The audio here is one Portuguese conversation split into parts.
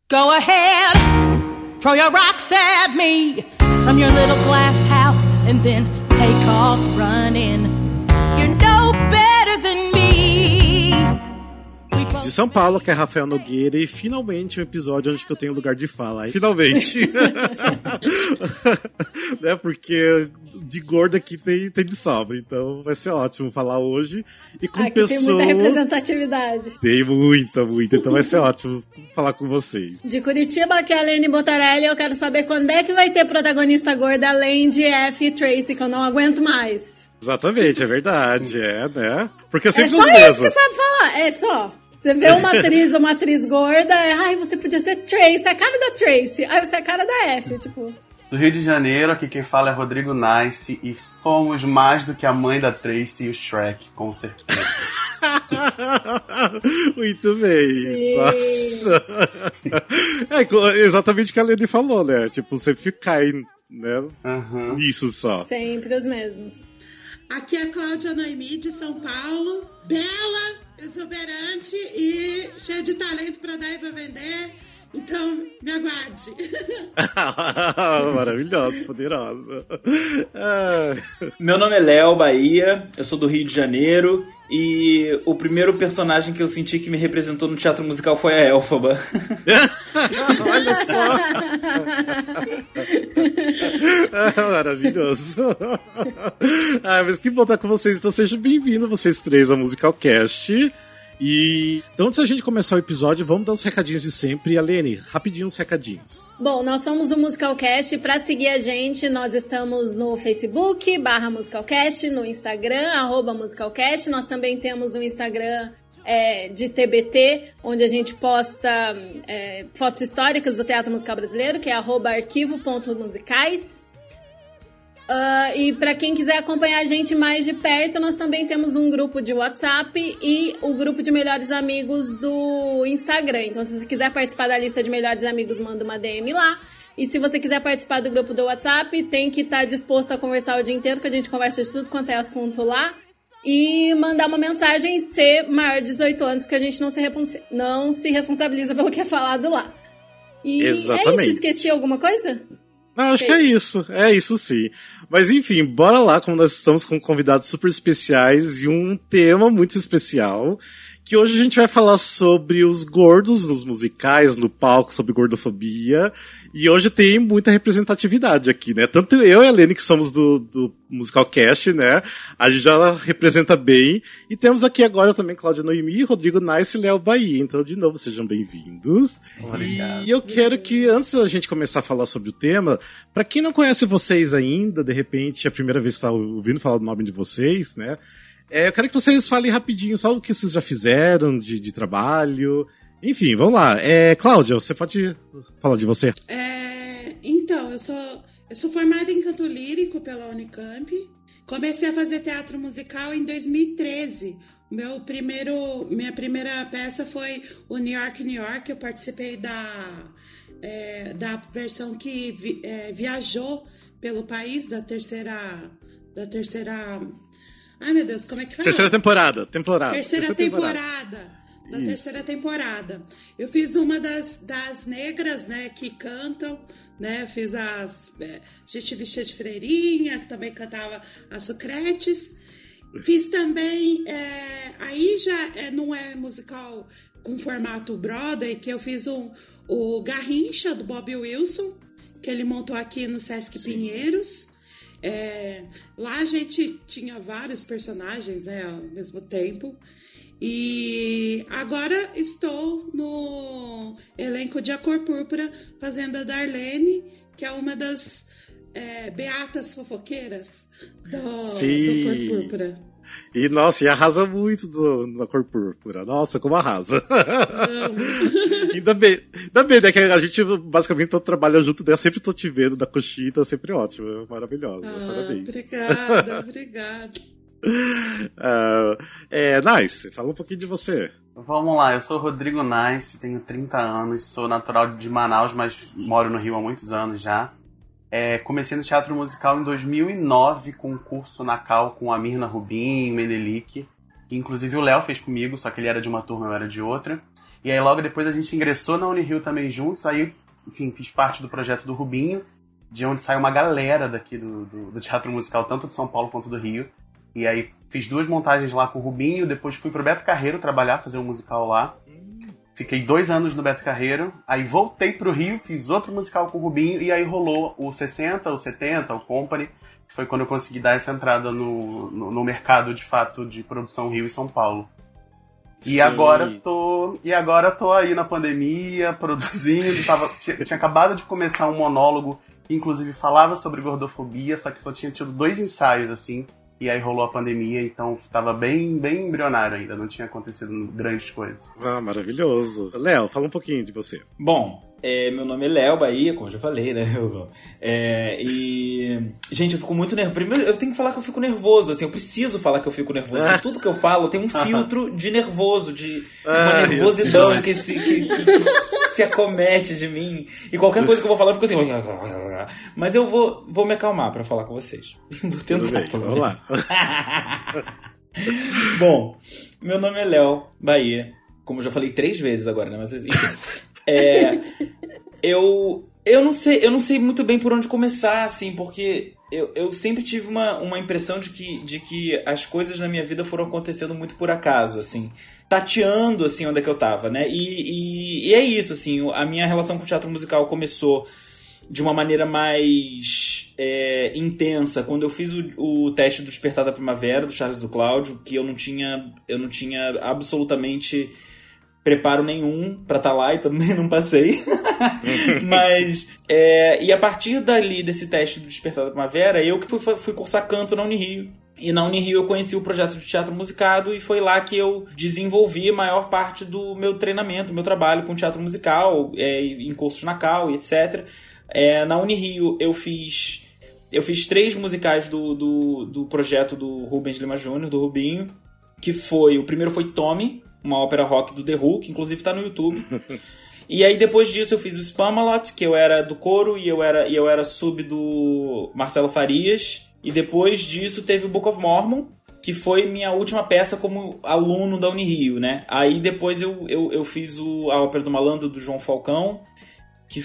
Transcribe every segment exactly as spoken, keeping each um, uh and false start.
Go ahead, throw your rocks at me from your little glass house and then take off running. You're no better than me. De São Paulo, que é Rafael Nogueira, e finalmente um episódio onde que eu tenho lugar de fala. Aí, finalmente! Né, porque de gordo aqui tem, tem de sobra, então vai ser ótimo falar hoje. E com aqui pessoas... tem muita representatividade. Tem muita, muita, então vai ser ótimo falar com vocês. De Curitiba, que é a Lene Botarelli, eu quero saber quando é que vai ter protagonista gorda além de F e Tracy, que eu não aguento mais. Exatamente, é verdade, é, né? Porque é É sempre só os isso mesmos. que sabe falar, é só. Você vê uma atriz, uma atriz gorda, é, ai, você podia ser Tracy, a cara da Tracy. Ai, você é a cara da F, tipo... Do Rio de Janeiro, aqui quem fala é Rodrigo Nice, e somos mais do que a mãe da Tracy e o Shrek, com certeza. Muito bem. Sim. Nossa. É exatamente o que a Lene falou, né? Tipo, você fica caindo, né? Uhum. Nisso só. Sempre os mesmos. Aqui é a Cláudia Noemi, de São Paulo. Bela, exuberante e cheia de talento pra dar e pra vender. Então, me aguarde. Maravilhosa, poderosa. Ah. Meu nome é Léo Bahia, eu sou do Rio de Janeiro e o primeiro personagem que eu senti que me representou no teatro musical foi a Elphaba. Olha só! Ah, maravilhoso. Ah, mas que bom estar com vocês. Então sejam bem-vindos, vocês três, ao Musicalcast. E então, antes da gente começar o episódio, vamos dar os recadinhos de sempre. Alene, rapidinho os recadinhos. Bom, nós somos o Musicalcast. Pra seguir a gente, nós estamos no Facebook, barra Musicalcast, no Instagram, arroba Musicalcast. Nós também temos um Instagram é, de T B T, onde a gente posta é, fotos históricas do Teatro Musical Brasileiro, que é arroba arquivo ponto musicais. Uh, e para quem quiser acompanhar a gente mais de perto, nós também temos um grupo de WhatsApp e o grupo de melhores amigos do Instagram. Então, se você quiser participar da lista de melhores amigos, manda uma D M lá. E se você quiser participar do grupo do WhatsApp, tem que estar disposto a conversar o dia inteiro, que a gente conversa de tudo quanto é assunto lá. E mandar uma mensagem e ser maior de dezoito anos, porque a gente não se, repons- não se responsabiliza pelo que é falado lá. E Exatamente. é isso, esqueci alguma coisa? Não, acho que é isso, é isso sim. Mas enfim, bora lá, como nós estamos com convidados super especiais e um tema muito especial, que hoje a gente vai falar sobre os gordos nos musicais, no palco, sobre gordofobia, e hoje tem muita representatividade aqui, né? Tanto eu e a Lene, que somos do, do Musicalcast, né? A gente já representa bem, e temos aqui agora também Cláudia Noemi, Rodrigo Nice e Léo Bahia. Então, de novo, sejam bem-vindos. Obrigado. E eu quero que, antes da gente começar a falar sobre o tema, pra quem não conhece vocês ainda, de repente é a primeira vez que está ouvindo falar do nome de vocês, né? É, eu quero que vocês falem rapidinho só o que vocês já fizeram de, de trabalho. Enfim, vamos lá. É, Cláudia, você pode falar de você? É, então, eu sou, eu sou formada em canto lírico pela Unicamp. Comecei a fazer teatro musical em dois mil e treze. Meu primeiro, minha primeira peça foi o New York, New York. Eu participei da, é, da versão que vi, é, viajou pelo país, da terceira... Da terceira Ai, meu Deus, como é que fala? Terceira temporada, temporada. Terceira, terceira temporada. temporada. Da Isso. terceira temporada. Eu fiz uma das, das negras, né, que cantam, né? Eu fiz as... É, gente vestia de freirinha, que também cantava as sucretes. Fiz também... É, aí já é, não é musical com formato Broadway, que eu fiz um, o Garrincha, do Bob Wilson, que ele montou aqui no Sesc Sim. Pinheiros. É, lá a gente tinha vários personagens, né, ao mesmo tempo. E agora estou no elenco de A Cor Púrpura, fazendo a Darlene, que é uma das é, beatas fofoqueiras do, do Cor Púrpura. E, nossa, e arrasa muito do, na Cor Púrpura. Nossa, como arrasa. ainda, bem, ainda bem, né, que a gente basicamente tá trabalhando junto, né? Eu sempre tô te vendo da coxinha, então é sempre ótimo. Maravilhosa. Ah, parabéns. Obrigada, obrigada. Uh, é, Nice, fala um pouquinho de você. Vamos lá, eu sou o Rodrigo Nice, tenho trinta anos, sou natural de Manaus, mas moro no Rio há muitos anos já. É, comecei no teatro musical em dois mil e nove com um curso na Cal com a Mirna Rubim e Menelik, que inclusive o Léo fez comigo, só que ele era de uma turma, eu era de outra. E aí logo depois a gente ingressou na Unirio também juntos, aí, enfim, fiz parte do projeto do Rubinho, de onde saiu uma galera daqui do, do, do teatro musical, tanto de São Paulo quanto do Rio. E aí fiz duas montagens lá com o Rubinho, depois fui pro Beto Carreiro trabalhar, fazer um musical lá. Fiquei dois anos no Beto Carreiro, aí voltei pro Rio, fiz outro musical com o Rubinho, e aí rolou o sessenta, o setenta, o Company, que foi quando eu consegui dar essa entrada no, no, no mercado, de fato, de produção Rio e São Paulo. E Sim. agora tô e agora tô aí na pandemia, produzindo, tava, tinha, tinha acabado de começar um monólogo que inclusive falava sobre gordofobia, só que só tinha tido dois ensaios, assim, e aí rolou a pandemia, então tava bem, bem embrionário ainda, não tinha acontecido grandes coisas. Ah, maravilhoso. Léo, fala um pouquinho de você. Bom, é, meu nome é Léo Bahia, como eu já falei, né? É, e... Gente, eu fico muito nervoso. Primeiro, eu tenho que falar que eu fico nervoso, assim, eu preciso falar que eu fico nervoso, porque tudo que eu falo tem um filtro de nervoso, de, de uma Ai, nervosidão que se, que, que, que se acomete de mim. E qualquer coisa que eu vou falar, eu fico assim... Mas eu vou, vou me acalmar pra falar com vocês. Vou tentar. Tudo bem, vamos lá. Bom, meu nome é Léo Bahia, como eu já falei três vezes agora, né? Mas enfim... É, eu, eu, não sei, eu não sei muito bem por onde começar, assim, porque eu, eu sempre tive uma, uma impressão de que, de que as coisas na minha vida foram acontecendo muito por acaso, assim, tateando, assim, onde é que eu tava, né? E, e, e é isso, assim, a minha relação com o teatro musical começou de uma maneira mais é, intensa quando eu fiz o, o teste do Despertar da Primavera, do Charles do Cláudio, que eu não tinha, eu não tinha absolutamente... preparo nenhum pra estar lá e também não passei. Mas, é, e a partir dali, desse teste do Despertar da Primavera, eu que fui, fui cursar canto na Unirio. E na Unirio eu conheci o projeto de teatro musicado e foi lá que eu desenvolvi a maior parte do meu treinamento, do meu trabalho com teatro musical, é, em cursos na Cal e etcétera. É, na Unirio eu fiz, eu fiz três musicais do, do, do projeto do Rubens Lima Júnior, do Rubinho, que foi, o primeiro foi Tommy, uma ópera rock do The Who, que inclusive tá no YouTube. E aí depois disso eu fiz o Spamalot, que eu era do coro e eu era, e eu era sub do Marcelo Farias. E depois disso teve o Book of Mormon, que foi minha última peça como aluno da Unirio, né? Aí depois eu, eu, eu fiz o, a Ópera do Malandro, do João Falcão, que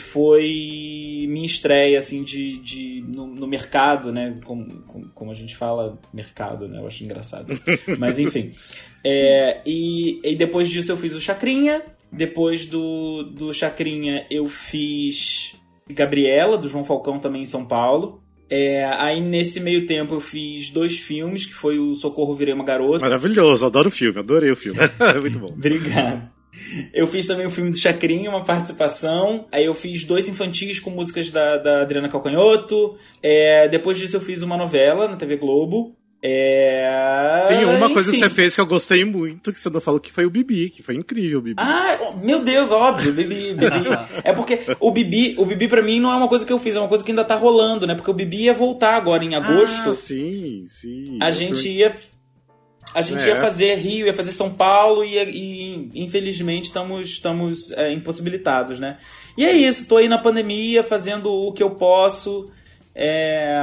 foi minha estreia, assim, de, de, no, no mercado, né? Como, como, como a gente fala, mercado, né? Eu acho engraçado. Mas, enfim. É, e, e depois disso eu fiz o Chacrinha. Depois do, do Chacrinha eu fiz Gabriela, do João Falcão, também em São Paulo. É, aí, nesse meio tempo, eu fiz dois filmes, que foi o Socorro, Virei uma Garota. Maravilhoso, adoro o filme, adorei o filme. Muito bom. Obrigado. Eu fiz também o filme do Chacrinha, uma participação. Aí eu fiz dois infantis com músicas da, da Adriana Calcanhoto. É, depois disso eu fiz uma novela na T V Globo. É... Tem uma Enfim. coisa que você fez que eu gostei muito, que você não falou, que foi o Bibi, que foi incrível o Bibi. Ah, meu Deus, óbvio, Bibi, Bibi. É porque o Bibi, o Bibi pra mim não é uma coisa que eu fiz, é uma coisa que ainda tá rolando, né? Porque o Bibi ia voltar agora em agosto. Ah, sim, sim. A Eu gente tô- ia... A gente É. ia fazer Rio, ia fazer São Paulo e, e infelizmente estamos, estamos é, impossibilitados, né? E é isso, tô aí na pandemia fazendo o que eu posso. É...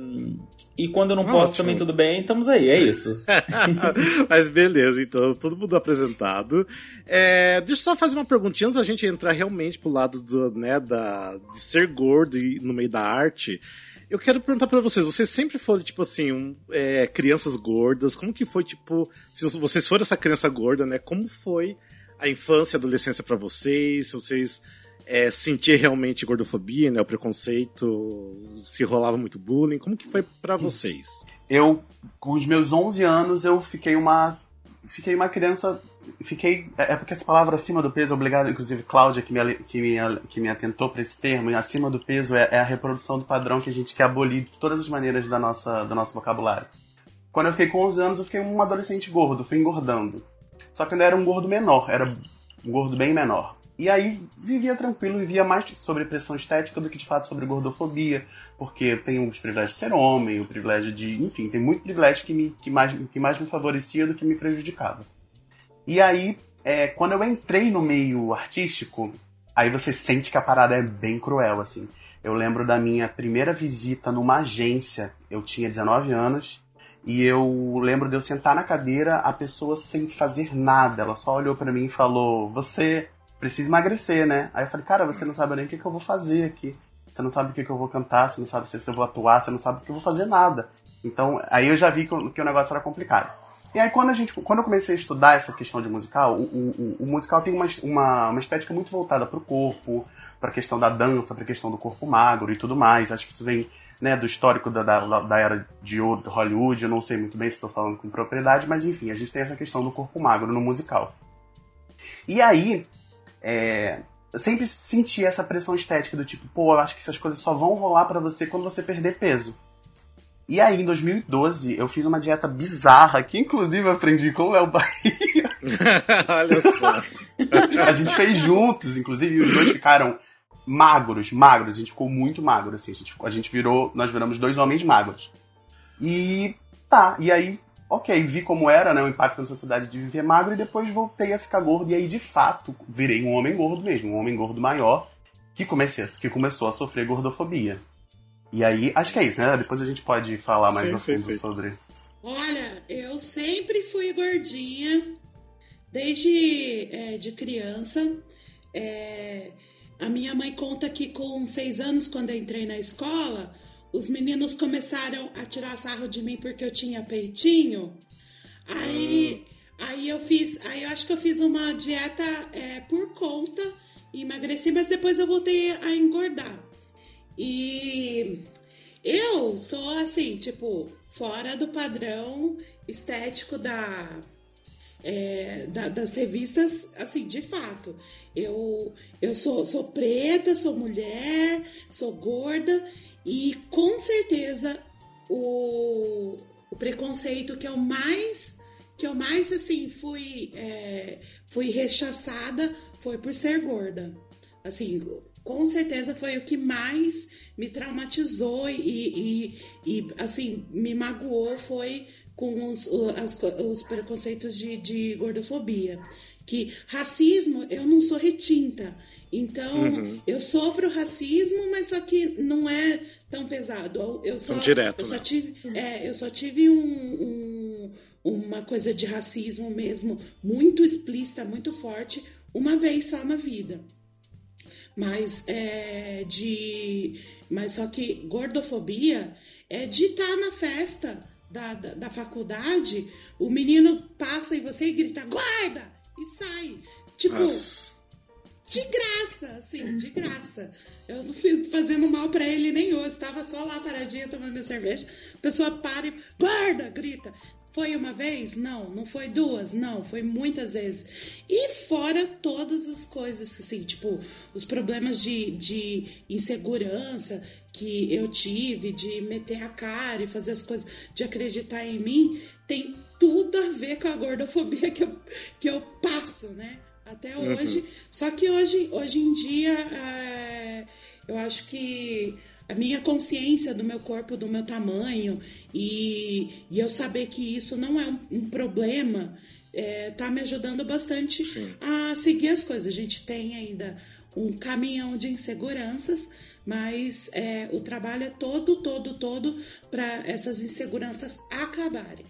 E quando eu não posso Ótimo. também tudo bem, estamos aí, é isso. Mas beleza, então, todo mundo apresentado. É, deixa eu só fazer uma perguntinha antes da gente entrar realmente pro lado do, né, da, de ser gordo e no meio da arte. Eu quero perguntar pra vocês, vocês sempre foram, tipo assim, um, é, crianças gordas, como que foi, tipo, se vocês foram essa criança gorda, né, como foi a infância e a adolescência pra vocês, se vocês é, sentiam realmente gordofobia, né, o preconceito, se rolava muito bullying, como que foi pra vocês? Eu, com os meus onze anos, eu fiquei uma fiquei uma criança... Fiquei... É porque essa palavra acima do peso, obrigado, inclusive, Cláudia, que me, que me, que me atentou para esse termo, e acima do peso é, é a reprodução do padrão que a gente quer abolir de todas as maneiras da nossa, do nosso vocabulário. Quando eu fiquei com onze anos, eu fiquei um adolescente gordo, fui engordando. Só que eu ainda era um gordo menor, era um gordo bem menor. E aí, vivia tranquilo, vivia mais sobre pressão estética do que, de fato, sobre gordofobia, porque tem os privilégios de ser homem, o privilégio de... Enfim, tem muito privilégio que, me, que, mais, que mais me favorecia do que me prejudicava. E aí, é, quando eu entrei no meio artístico, aí você sente que a parada é bem cruel, assim. Eu lembro da minha primeira visita numa agência, eu tinha dezenove anos, e eu lembro de eu sentar na cadeira, a pessoa sem fazer nada, ela só olhou pra mim e falou, você preciso emagrecer, né? Aí eu falei, cara, você não sabe nem o que, que eu vou fazer aqui. Você não sabe o que, que eu vou cantar, você não sabe se eu vou atuar, você não sabe o que eu vou fazer nada. Então, aí eu já vi que, que o negócio era complicado. E aí, quando, a gente, quando eu comecei a estudar essa questão de musical, o, o, o musical tem uma, uma, uma estética muito voltada pro corpo, pra questão da dança, pra questão do corpo magro e tudo mais. Acho que isso vem, né, do histórico da, da, da era de ouro do Hollywood. Eu não sei muito bem se estou falando com propriedade, mas enfim, a gente tem essa questão do corpo magro no musical. E aí, é, eu sempre senti essa pressão estética do tipo, pô, eu acho que essas coisas só vão rolar pra você quando você perder peso. E aí, em dois mil e doze, eu fiz uma dieta bizarra, que inclusive eu aprendi com o Léo Bahia. Olha só. A gente fez juntos, inclusive, e os dois ficaram magros, magros. A gente ficou muito magro, assim. A gente, a gente virou, nós viramos dois homens magros. E tá, e aí, ok, vi como era, né, o impacto na sociedade de viver magro, e depois voltei a ficar gordo, e aí, de fato, virei um homem gordo mesmo, um homem gordo maior, que, comecei, que começou a sofrer gordofobia. E aí, acho que é isso, né? Depois a gente pode falar mais sim, a fundo sim, sim. sobre... Olha, eu sempre fui gordinha, desde é, de criança. É, a minha mãe conta que com seis anos, quando eu entrei na escola, os meninos começaram a tirar sarro de mim porque eu tinha peitinho. Aí, hum. aí eu fiz, aí eu acho que eu fiz uma dieta é, por conta, emagreci, mas depois eu voltei a engordar. E eu sou assim, tipo, fora do padrão estético da, é, da, das revistas, assim, de fato. Eu, eu sou, sou preta, sou mulher, sou gorda e com certeza o, o preconceito que eu mais, que eu mais assim, fui, é, fui rechaçada foi por ser gorda. Assim, com certeza foi o que mais me traumatizou e, e, e assim, me magoou foi com os, as, os preconceitos de, de gordofobia. Que racismo, eu não sou retinta. Então, uhum. eu sofro racismo, mas só que não é tão pesado. Eu só, tão direto, eu só né? tive, é, eu só tive um, um, uma coisa de racismo mesmo, muito explícita, muito forte, uma vez só na vida. Mas é de. Mas só que gordofobia é de estar na festa da, da, da faculdade, o menino passa e você grita, guarda! E sai. Tipo, Nossa. De graça, assim, de graça. Eu não fiz fazendo mal pra ele nem eu. Estava só lá paradinha tomando minha cerveja. A pessoa para e guarda, grita. Foi uma vez? Não. Não foi duas? Não. Foi muitas vezes. E fora todas as coisas, assim, tipo, os problemas de, de insegurança que eu tive, de meter a cara e fazer as coisas, de acreditar em mim, tem tudo a ver com a gordofobia que eu, que eu passo, né? Até hoje. Uhum. Só que hoje, hoje em dia, é, eu acho que a minha consciência do meu corpo, do meu tamanho, e, e eu saber que isso não é um, um problema, é, tá me ajudando bastante Sim. a seguir as coisas. A gente tem ainda um caminhão de inseguranças, mas é, o trabalho é todo, todo, todo para essas inseguranças acabarem.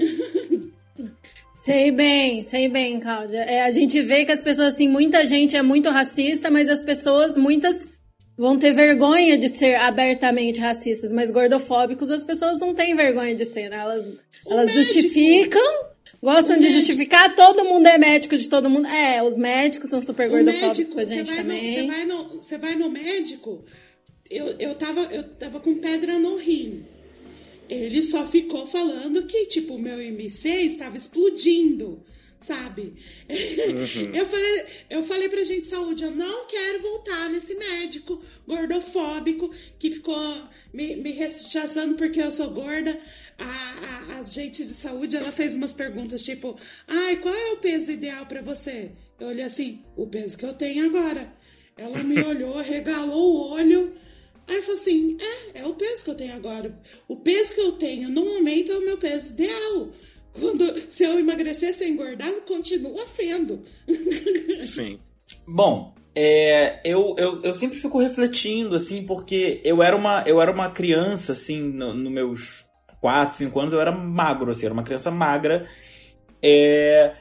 Sei bem, sei bem, Cláudia. É, a gente vê que as pessoas, assim, muita gente é muito racista, mas as pessoas, muitas vão ter vergonha de ser abertamente racistas, mas gordofóbicos as pessoas não têm vergonha de ser, né? Elas, elas justificam, gostam o de médico. justificar, todo mundo é médico de todo mundo. É, os médicos são super gordofóbicos com a gente também. Você vai, no, você vai no médico, eu, eu, tava, eu tava com pedra no rim. Ele só ficou falando que, tipo, o meu M C estava explodindo, sabe? Uhum. Eu falei, eu falei pra gente de saúde, eu não quero voltar nesse médico gordofóbico que ficou me, me rechaçando porque eu sou gorda. A, a, a gente de saúde, ela fez umas perguntas, tipo, ai, qual é o peso ideal pra você? Eu olhei assim, o peso que eu tenho agora. Ela me olhou, regalou o olho. Aí eu falei assim, é, é o peso que eu tenho agora. O peso que eu tenho no momento é o meu peso ideal. Quando, se eu emagrecer, se eu engordar, continua sendo. Sim. Bom, é, eu, eu, eu sempre fico refletindo, assim, porque eu era uma, eu era uma criança, assim, nos no meus quatro, cinco anos, eu era magro, assim, era uma criança magra. É,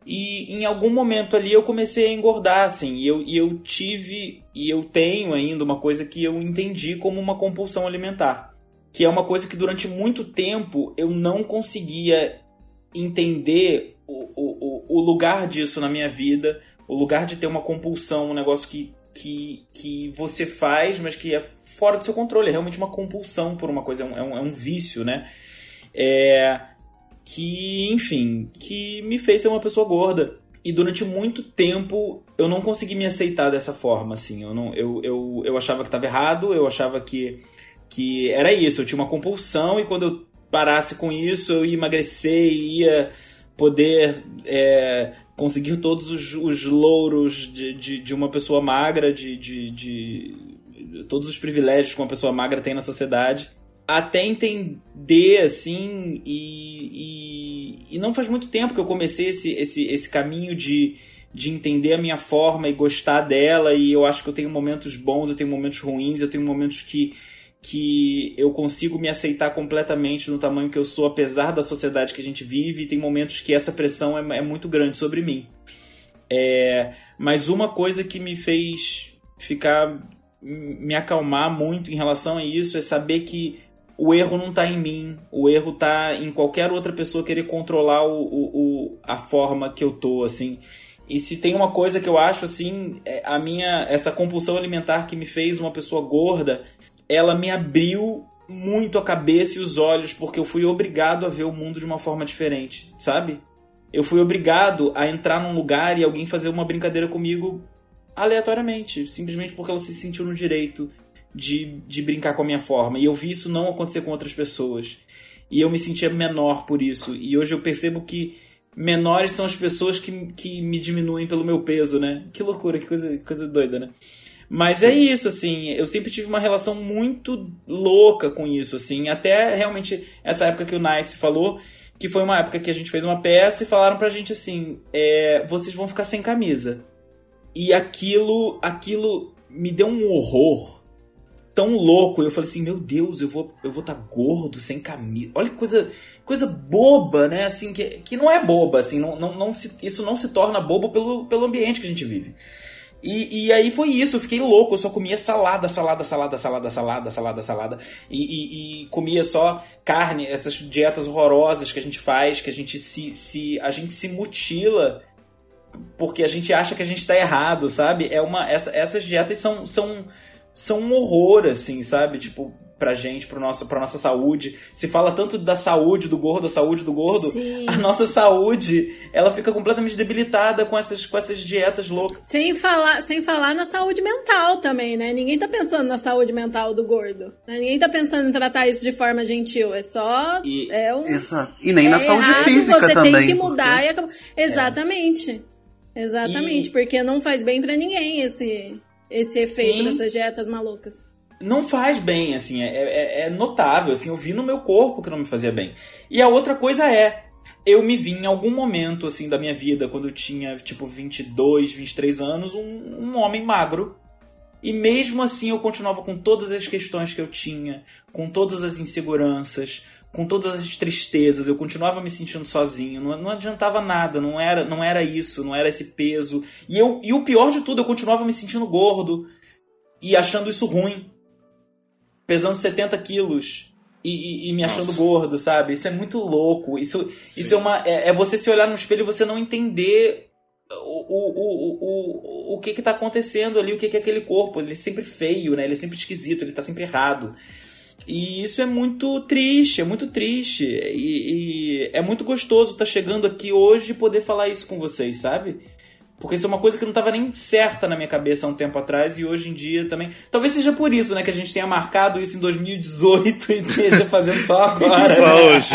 E em algum momento ali eu comecei a engordar, assim, e eu, e eu tive, e eu tenho ainda uma coisa que eu entendi como uma compulsão alimentar. Que é uma coisa que durante muito tempo eu não conseguia entender o, o, o lugar disso na minha vida, o lugar de ter uma compulsão, um negócio que, que, que você faz, mas que é fora do seu controle, é realmente uma compulsão por uma coisa, é um, é um vício, né? É... que, enfim, que me fez ser uma pessoa gorda. E durante muito tempo eu não consegui me aceitar dessa forma, assim. Eu, não, eu, eu, eu achava que estava errado, eu achava que, que era isso. Eu tinha uma compulsão e quando eu parasse com isso, eu ia emagrecer e ia poder é, conseguir todos os, os louros de, de, de uma pessoa magra, de, de, de todos os privilégios que uma pessoa magra tem na sociedade. Até entender, assim, e, e, e não faz muito tempo que eu comecei esse, esse, esse caminho de, de entender a minha forma e gostar dela, e eu acho que eu tenho momentos bons, eu tenho momentos ruins, eu tenho momentos que, que eu consigo me aceitar completamente no tamanho que eu sou, apesar da sociedade que a gente vive, e tem momentos que essa pressão é, é muito grande sobre mim. É, mas uma coisa que me fez ficar, me acalmar muito em relação a isso é saber que o erro não está em mim, o erro está em qualquer outra pessoa querer controlar o, o, o, a forma que eu tô, assim. E se tem uma coisa que eu acho, assim, a minha, essa compulsão alimentar que me fez uma pessoa gorda, ela me abriu muito a cabeça e os olhos, porque eu fui obrigado a ver o mundo de uma forma diferente, sabe? Eu fui obrigado a entrar num lugar e alguém fazer uma brincadeira comigo aleatoriamente, simplesmente porque ela se sentiu no direito De, de brincar com a minha forma. E eu vi isso não acontecer com outras pessoas. E eu me sentia menor por isso. E hoje eu percebo que menores são as pessoas que, que me diminuem pelo meu peso, né? Que loucura, que coisa, que coisa doida, né? Mas Sim. é isso, assim. Eu sempre tive uma relação muito louca com isso, assim. Até realmente essa época que o Nice falou, que foi uma época que a gente fez uma peça e falaram pra gente assim, é, vocês vão ficar sem camisa. E aquilo, aquilo me deu um horror tão louco. Eu falei assim, meu Deus, eu vou eu vou tá gordo, sem camisa. Olha que coisa, coisa boba, né? Assim, que, que não é boba, assim, não, não, não se, isso não se torna bobo pelo, pelo ambiente que a gente vive. E, e aí foi isso, eu fiquei louco, eu só comia salada, salada, salada, salada, salada, salada, salada. E, e, e comia só carne, essas dietas horrorosas que a gente faz, que a gente se, se, a gente se mutila porque a gente acha que a gente tá errado, sabe? É uma, essa, essas dietas são... são são um horror, assim, sabe? Tipo, pra gente, pro nosso, pra nossa saúde. Se fala tanto da saúde do gordo, da saúde do gordo. Sim. A nossa saúde, ela fica completamente debilitada com essas, com essas dietas loucas. Sem falar, sem falar na saúde mental também, né? Ninguém tá pensando na saúde mental do gordo. Né? Ninguém tá pensando em tratar isso de forma gentil. É só... E, é um, isso, e nem é na saúde errado, física você também. Você tem que mudar porque... e acabou. Exatamente. É. Exatamente, e... porque não faz bem pra ninguém esse... esse efeito Sim. dessas dietas malucas. Não faz bem, assim, é, é, é notável, assim, eu vi no meu corpo que não me fazia bem. E a outra coisa é, eu me vi em algum momento, assim, da minha vida, quando eu tinha, tipo, vinte e dois, vinte e três anos, um, um homem magro. E mesmo assim eu continuava com todas as questões que eu tinha, com todas as inseguranças, com todas as tristezas, eu continuava me sentindo sozinho, não, não adiantava nada, não era, não era isso, não era esse peso. E, eu, e o pior de tudo, eu continuava me sentindo gordo e achando isso ruim, pesando setenta quilos e, e, e me achando Nossa. gordo, sabe? Isso é muito louco, isso, isso é, uma, é, é você se olhar no espelho e você não entender o, o, o, o, o que que tá acontecendo ali, o que que é aquele corpo. Ele é sempre feio, né? Ele é sempre esquisito, ele tá sempre errado. E isso é muito triste, é muito triste. E, e é muito gostoso estar chegando aqui hoje e poder falar isso com vocês, sabe? Porque isso é uma coisa que não estava nem certa na minha cabeça há um tempo atrás e hoje em dia também. Talvez seja por isso, né, que a gente tenha marcado isso em dois mil e dezoito e esteja fazendo só agora. Só né? hoje.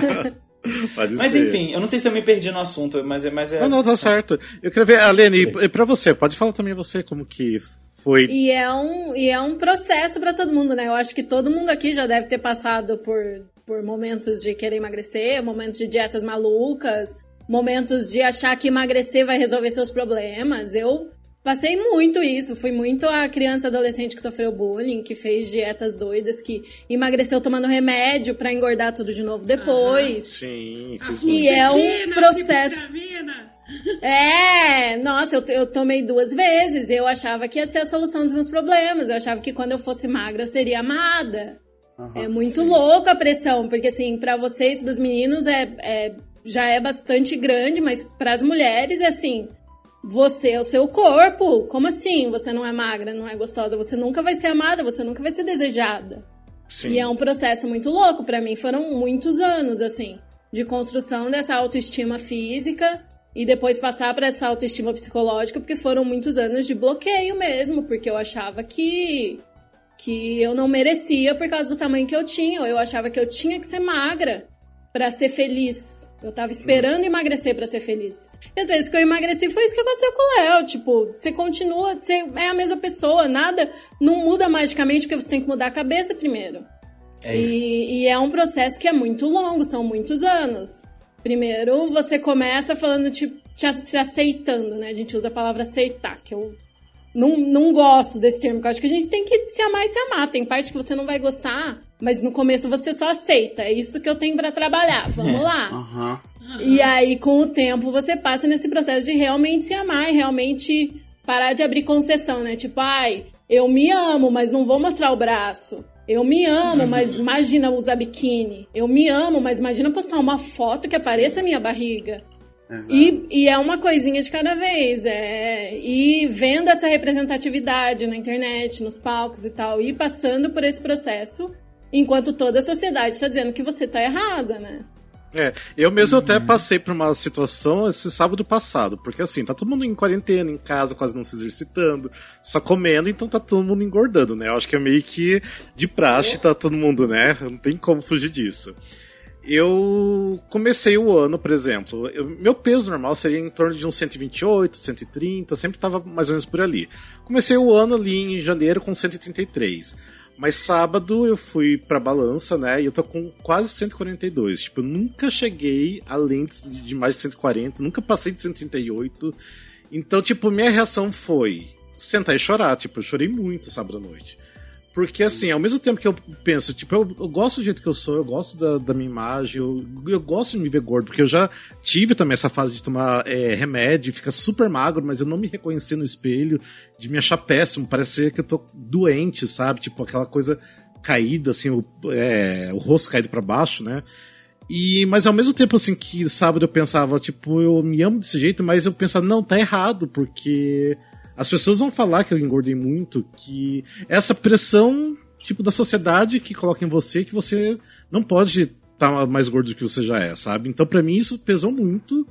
Pode mas ser. Enfim, eu não sei se eu me perdi no assunto, mas é... Mas é... Não, não, tá certo. Eu queria ver, Alene, e pra você, pode falar também você como que... Foi. E é um, e é um processo pra todo mundo, né? Eu acho que todo mundo aqui já deve ter passado por, por momentos de querer emagrecer, momentos de dietas malucas, momentos de achar que emagrecer vai resolver seus problemas. Eu passei muito isso. Fui muito a criança adolescente que sofreu bullying, que fez dietas doidas, que emagreceu tomando remédio pra engordar tudo de novo depois. Ah, sim. E é um processo... É, nossa, eu, eu tomei duas vezes. Eu achava que ia ser a solução dos meus problemas. Eu achava que quando eu fosse magra eu seria amada. Uhum, é muito sim. louco a pressão, porque assim, pra vocês, pros meninos, é, é, já é bastante grande, mas pras mulheres é assim, você é o seu corpo. Como assim? Você não é magra, não é gostosa, você nunca vai ser amada, você nunca vai ser desejada. Sim. E é um processo muito louco pra mim. Foram muitos anos, assim, de construção dessa autoestima física e depois passar pra essa autoestima psicológica, porque foram muitos anos de bloqueio mesmo, porque eu achava que, que eu não merecia por causa do tamanho que eu tinha. Eu achava que eu tinha que ser magra pra ser feliz. Eu tava esperando hum. emagrecer pra ser feliz. E às vezes que eu emagreci foi isso que aconteceu com o Léo. Tipo, você continua, você é a mesma pessoa, nada não muda magicamente, porque você tem que mudar a cabeça primeiro. É isso. E, e é um processo que é muito longo, são muitos anos. Primeiro, você começa falando, tipo, te, se aceitando, né? A gente usa a palavra aceitar, que eu não, não gosto desse termo, porque eu acho que a gente tem que se amar e se amar. Tem parte que você não vai gostar, mas no começo você só aceita. É isso que eu tenho pra trabalhar. Vamos é. lá. Uhum. E aí, com o tempo, você passa nesse processo de realmente se amar e realmente parar de abrir concessão, né? Tipo, ai, eu me amo, mas não vou mostrar o braço. Eu me amo, mas imagina usar biquíni. Eu me amo, mas imagina postar uma foto que apareça a minha barriga. E, e é uma coisinha de cada vez. É, e vendo essa representatividade na internet, nos palcos e tal, e passando por esse processo, enquanto toda a sociedade está dizendo que você tá errada, né? É, eu mesmo uhum. até passei por uma situação esse sábado passado, porque assim, tá todo mundo em quarentena, em casa, quase não se exercitando, só comendo, então tá todo mundo engordando, né? Eu acho que é meio que de praxe, tá todo mundo, né? Não tem como fugir disso. Eu comecei o ano, por exemplo, eu, meu peso normal seria em torno de uns cento e vinte e oito, cento e trinta, sempre tava mais ou menos por ali. Comecei o ano ali em janeiro com cento e trinta e três. Mas sábado eu fui pra balança, né, e eu tô com quase cento e quarenta e dois. Tipo, eu nunca cheguei além de mais de cento e quarenta, nunca passei de cento e trinta e oito. Então, tipo, minha reação foi sentar e chorar. Tipo, eu chorei muito sábado à noite. Porque, assim, ao mesmo tempo que eu penso, tipo, eu, eu gosto do jeito que eu sou, eu gosto da, da minha imagem, eu, eu gosto de me ver gordo, porque eu já tive também essa fase de tomar é, remédio, ficar super magro, mas eu não me reconhecer no espelho, de me achar péssimo, parecer que eu tô doente, sabe? Tipo, aquela coisa caída, assim, o, é, o rosto caído pra baixo, né? E, mas ao mesmo tempo, assim, que sábado eu pensava, tipo, eu me amo desse jeito, mas eu pensava, não, tá errado, porque as pessoas vão falar que eu engordei muito, que essa pressão, tipo, da sociedade que coloca em você, que você não pode estar mais gordo do que você já é, sabe? Então, pra mim, isso pesou muito.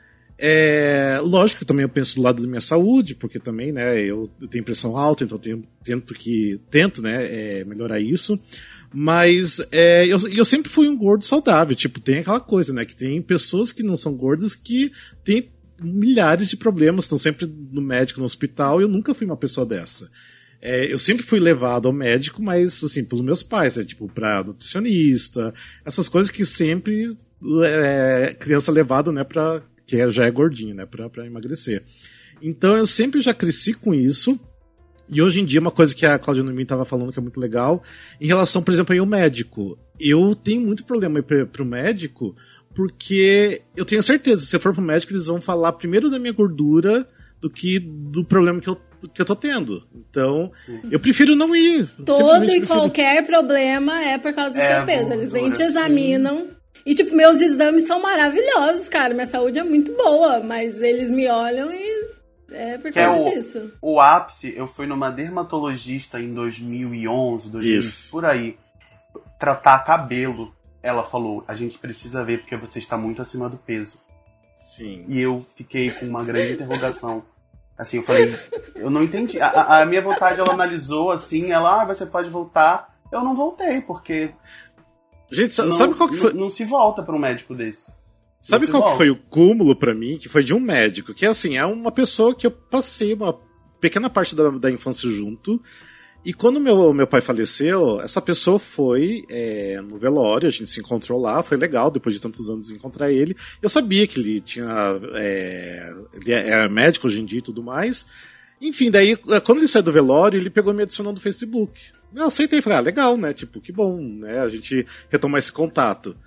É, lógico que também eu penso do lado da minha saúde, porque também, né, eu, eu tenho pressão alta, então eu tenho, tento que, tento, né, é, melhorar isso. Mas é, eu, eu sempre fui um gordo saudável, tipo, tem aquela coisa, né, que tem pessoas que não são gordas que têm milhares de problemas, estão sempre no médico, no hospital, e eu nunca fui uma pessoa dessa. É, eu sempre fui levado ao médico, mas, assim, pelos meus pais, é, tipo, pra nutricionista, essas coisas que sempre é, criança levada, né, pra, que já é gordinho, né, pra, pra emagrecer. Então, eu sempre já cresci com isso, e hoje em dia, uma coisa que a Cláudia Noemi estava falando que é muito legal, em relação, por exemplo, ao médico. Eu tenho muito problema para pro médico, porque eu tenho certeza, se eu for pro médico, eles vão falar primeiro da minha gordura do que do problema que eu, que eu tô tendo. Então, sim, eu prefiro não ir. Todo e prefiro... qualquer problema é por causa do é, seu peso. Eles nem te examinam. Sim. E, tipo, meus exames são maravilhosos, cara. Minha saúde é muito boa, mas eles me olham e é por causa é o, disso. O ápice, eu fui numa dermatologista em dois mil e onze, dois mil, isso, por aí, tratar cabelo. Ela falou, a gente precisa ver porque você está muito acima do peso. Sim. E eu fiquei com uma grande interrogação. Assim, eu falei, eu não entendi. A, a minha vontade, ela analisou assim, ela, ah, você pode voltar. Eu não voltei, porque... Gente, não, sabe qual que foi? Não, não se volta para um médico desse. Sabe qual que foi o cúmulo pra mim? Que foi de um médico, que assim, é uma pessoa que eu passei uma pequena parte da, da infância junto. E quando meu, meu pai faleceu, essa pessoa foi é, no velório, a gente se encontrou lá, foi legal, depois de tantos anos encontrar ele. Eu sabia que ele tinha. É, ele é médico hoje em dia e tudo mais. Enfim, daí, quando ele saiu do velório, ele pegou e me adicionou no Facebook. Eu aceitei e falei, ah, legal, né? Tipo, que bom, né? A gente retomar esse contato.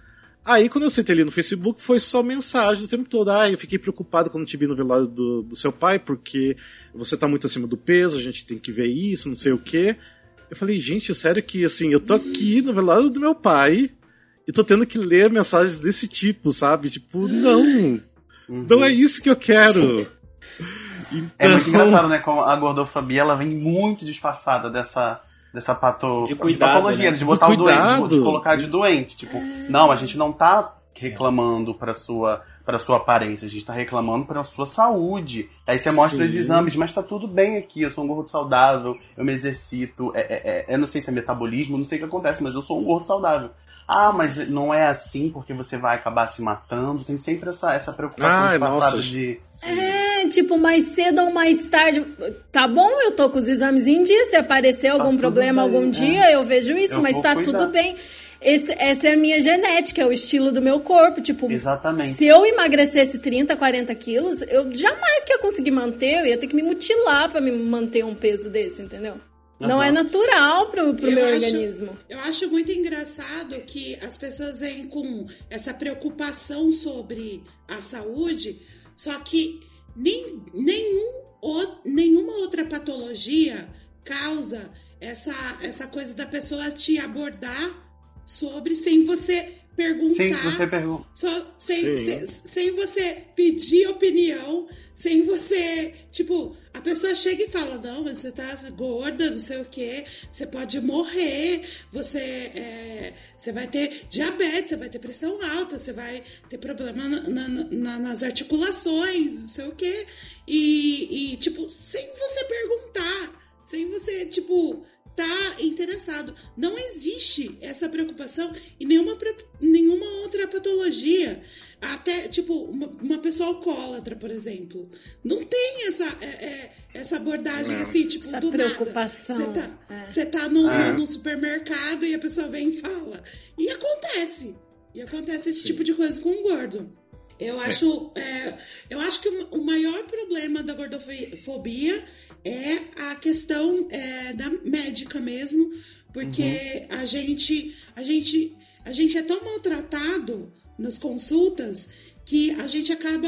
Aí, quando eu sentei ali no Facebook, foi só mensagem o tempo todo. Ah, eu fiquei preocupado quando te vi no velório do, do seu pai, porque você tá muito acima do peso, a gente tem que ver isso, não sei o quê. Eu falei, gente, sério que, assim, eu tô aqui no velório do meu pai e tô tendo que ler mensagens desse tipo, sabe? Tipo, não, uhum. não é isso que eu quero. Então... É muito engraçado, né? Como a gordofobia, ela vem muito disfarçada dessa... Dessa pato... de, cuidado, de patologia, né? de botar de o doente, de, de colocar de doente. Tipo, não, a gente não tá reclamando pra sua, pra sua aparência, a gente tá reclamando pra sua saúde. Aí você mostra Sim. os exames, mas tá tudo bem aqui, eu sou um gordo saudável, eu me exercito, é, é, é, eu não sei se é metabolismo, não sei o que acontece, mas eu sou um gordo saudável. Ah, mas não é assim porque você vai acabar se matando. Tem sempre essa, essa preocupação Ai, disfarçada nossa. de... É, tipo, mais cedo ou mais tarde. Tá bom, eu tô com os exames em dia. Se aparecer algum tá problema bem, algum é. dia, eu vejo isso, Eu mas vou tá cuidar. tudo bem. Esse, essa é a minha genética, é o estilo do meu corpo. Tipo, Exatamente. se eu emagrecesse trinta, quarenta quilos, eu jamais que ia conseguir manter, eu ia ter que me mutilar pra me manter um peso desse, entendeu? Não Uhum. é natural pro, pro Eu meu acho- organismo. Eu acho muito engraçado que as pessoas vêm com essa preocupação sobre a saúde, só que nem, nenhum, o- nenhuma outra patologia causa essa, essa coisa da pessoa te abordar sobre sem você perguntar. Sem você perguntar. Só, sem, Sim. sem, sem você pedir opinião, sem você, tipo, a pessoa chega e fala, não, mas você tá gorda, não sei o quê, você pode morrer, você, é, você vai ter diabetes, você vai ter pressão alta, você vai ter problema na- na- na- nas articulações, não sei o quê, e, e, tipo, sem você perguntar, sem você, tipo... tá interessado. Não existe essa preocupação em nenhuma, pre- nenhuma outra patologia. Até, tipo, uma, uma pessoa alcoólatra, por exemplo. Não tem essa, é, é, essa abordagem Não. assim, tipo, Essa do preocupação. nada. Você tá, É. você tá no, É. no supermercado e a pessoa vem e fala. E acontece. E acontece esse tipo de coisa com o gordo. Eu acho, é, eu acho que o, o maior problema da gordofobia é a questão é, da médica mesmo, porque a gente, a gente, a gente é tão maltratado nas consultas que a gente acaba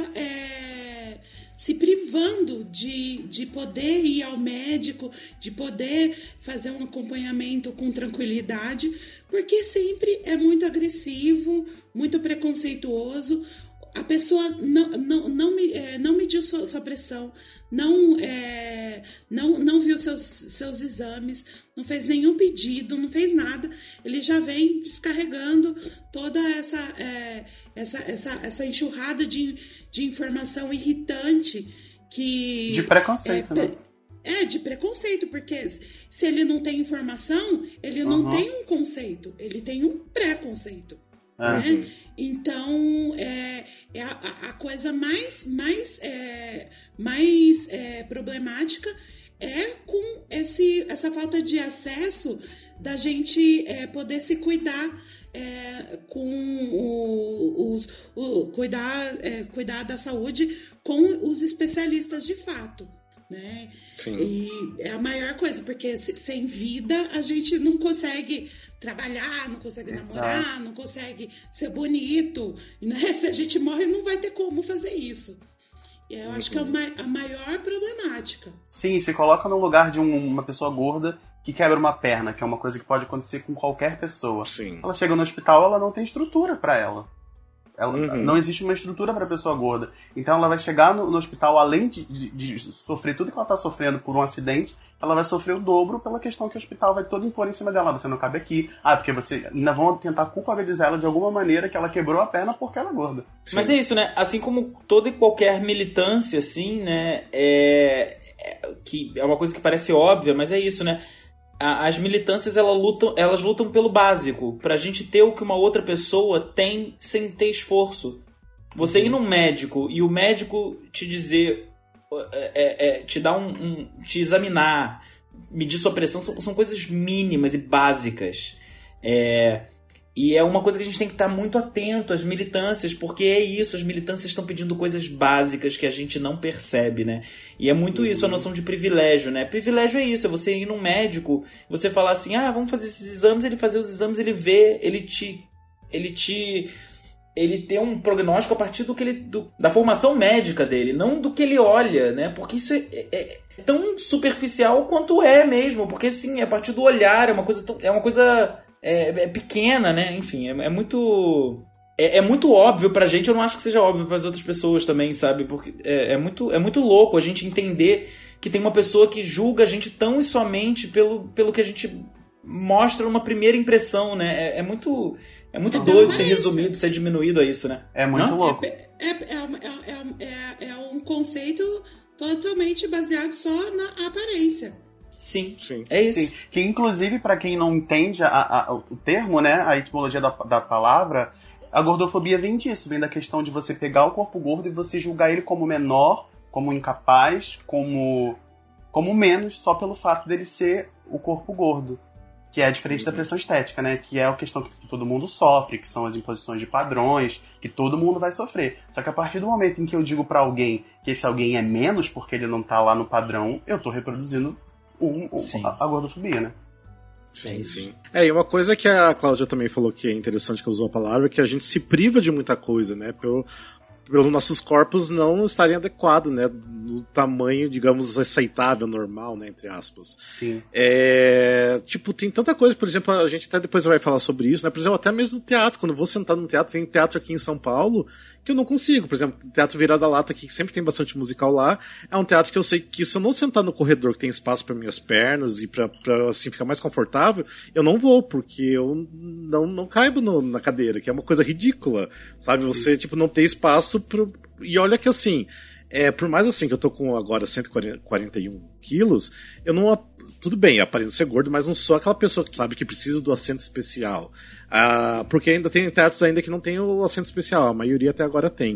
é, se privando de, de poder ir ao médico, de poder fazer um acompanhamento com tranquilidade, porque sempre é muito agressivo, muito preconceituoso. A pessoa não, não, não, é, não mediu sua, sua pressão, não, é, não, não viu seus, seus exames, não fez nenhum pedido, não fez nada. Ele já vem descarregando toda essa, é, essa, essa, essa enxurrada de, de informação irritante que... De preconceito, é, né? É, de preconceito, porque se ele não tem informação, ele não Uhum. tem um conceito, ele tem um preconceito. É. Né? Então, é, é a, a coisa mais, mais, é, mais é, problemática é com esse, essa falta de acesso da gente é, poder se cuidar é, com o, os, o, cuidar, é, cuidar da saúde com os especialistas de fato. Né? Sim. E é a maior coisa, porque se- sem vida a gente não consegue trabalhar, não consegue Exato. namorar, não consegue ser bonito, né? Se a gente morre, não vai ter como fazer isso. E eu acho que é uma, a maior problemática. Sim, se coloca no lugar de um- uma pessoa gorda que quebra uma perna, que é uma coisa que pode acontecer com qualquer pessoa. Sim. Ela chega no hospital, ela não tem estrutura pra ela. Ela- Uhum. Não existe uma estrutura pra pessoa gorda. Então ela vai chegar no, no hospital, além de, de- de sofrer tudo que ela tá sofrendo por um acidente, ela vai sofrer o dobro pela questão que o hospital vai todo impor em cima dela. Você não cabe aqui. Ah, porque você ainda vão tentar culpabilizar ela de alguma maneira que ela quebrou a perna porque ela é gorda. Mas é isso, né? Assim como toda e qualquer militância, assim, né? É, é, que é uma coisa que parece óbvia, mas é isso, né? A- As militâncias, elas lutam, elas lutam pelo básico, pra gente ter o que uma outra pessoa tem sem ter esforço. Você ir num médico e o médico te dizer, é, é, é, te dar um, um- te examinar, medir sua pressão, são, são coisas mínimas e básicas. É, e é uma coisa que a gente tem que estar muito atento às militâncias, porque é isso, as militâncias estão pedindo coisas básicas que a gente não percebe, né? E é muito isso, a noção de privilégio, né? Privilégio é isso, é você ir num médico, você falar assim, ah, vamos fazer esses exames, ele fazer os exames, ele vê, ele te... ele te ele ter um prognóstico a partir do que ele, do, da formação médica dele, não do que ele olha, né? Porque isso é, é, é tão superficial quanto é mesmo, porque assim, é a partir do olhar, é uma coisa, é uma coisa é, é pequena, né? Enfim, é, é muito... É, é muito óbvio pra gente, eu não acho que seja óbvio pras outras pessoas também, sabe? Porque é, é, muito, é muito louco a gente entender que tem uma pessoa que julga a gente tão e somente pelo, pelo que a gente mostra numa primeira impressão, né? É, é muito... É muito então, doido ser resumido, ser diminuído a isso, né? É muito Não? louco. É, é, é, é, é um conceito totalmente baseado só na aparência. Sim, Sim. É isso. Sim. Que inclusive, para quem não entende a, a, o termo, né, a etimologia da, da palavra, a gordofobia vem disso, vem da questão de você pegar o corpo gordo e você julgar ele como menor, como incapaz, como, como menos, só pelo fato dele ser o corpo gordo. Que é diferente da pressão estética, né? Que é a questão que todo mundo sofre, que são as imposições de padrões, que todo mundo vai sofrer. Só que a partir do momento em que eu digo pra alguém que esse alguém é menos porque ele não tá lá no padrão, eu tô reproduzindo um, um, a, a gordofobia, né? Sim, sim. É, e uma coisa que a Cláudia também falou que é interessante que usou a palavra, é que a gente se priva de muita coisa, né? Pelo, pelos nossos corpos não estarem adequados, né? Do tamanho, digamos, aceitável, normal, né? Entre aspas. Sim. É, tipo, tem tanta coisa, por exemplo, a gente até depois vai falar sobre isso, né? Por exemplo, até mesmo no teatro, quando eu vou sentar no teatro, tem teatro aqui em São Paulo que eu não consigo. Por exemplo, o Teatro Virada Lata aqui, que sempre tem bastante musical lá, é um teatro que eu sei que se eu não sentar no corredor que tem espaço para minhas pernas e pra, pra assim, ficar mais confortável, eu não vou, porque eu não, não caibo no, na cadeira, que é uma coisa ridícula, sabe? Sim. Você, tipo, não ter espaço pro... E olha que assim, é, por mais assim que eu tô com agora cento e quarenta e um quilos, eu não... Tudo bem, aparento ser gordo, mas não sou aquela pessoa que sabe que precisa do assento especial. Ah, porque ainda tem teatros ainda que não tem o assento especial, a maioria até agora tem.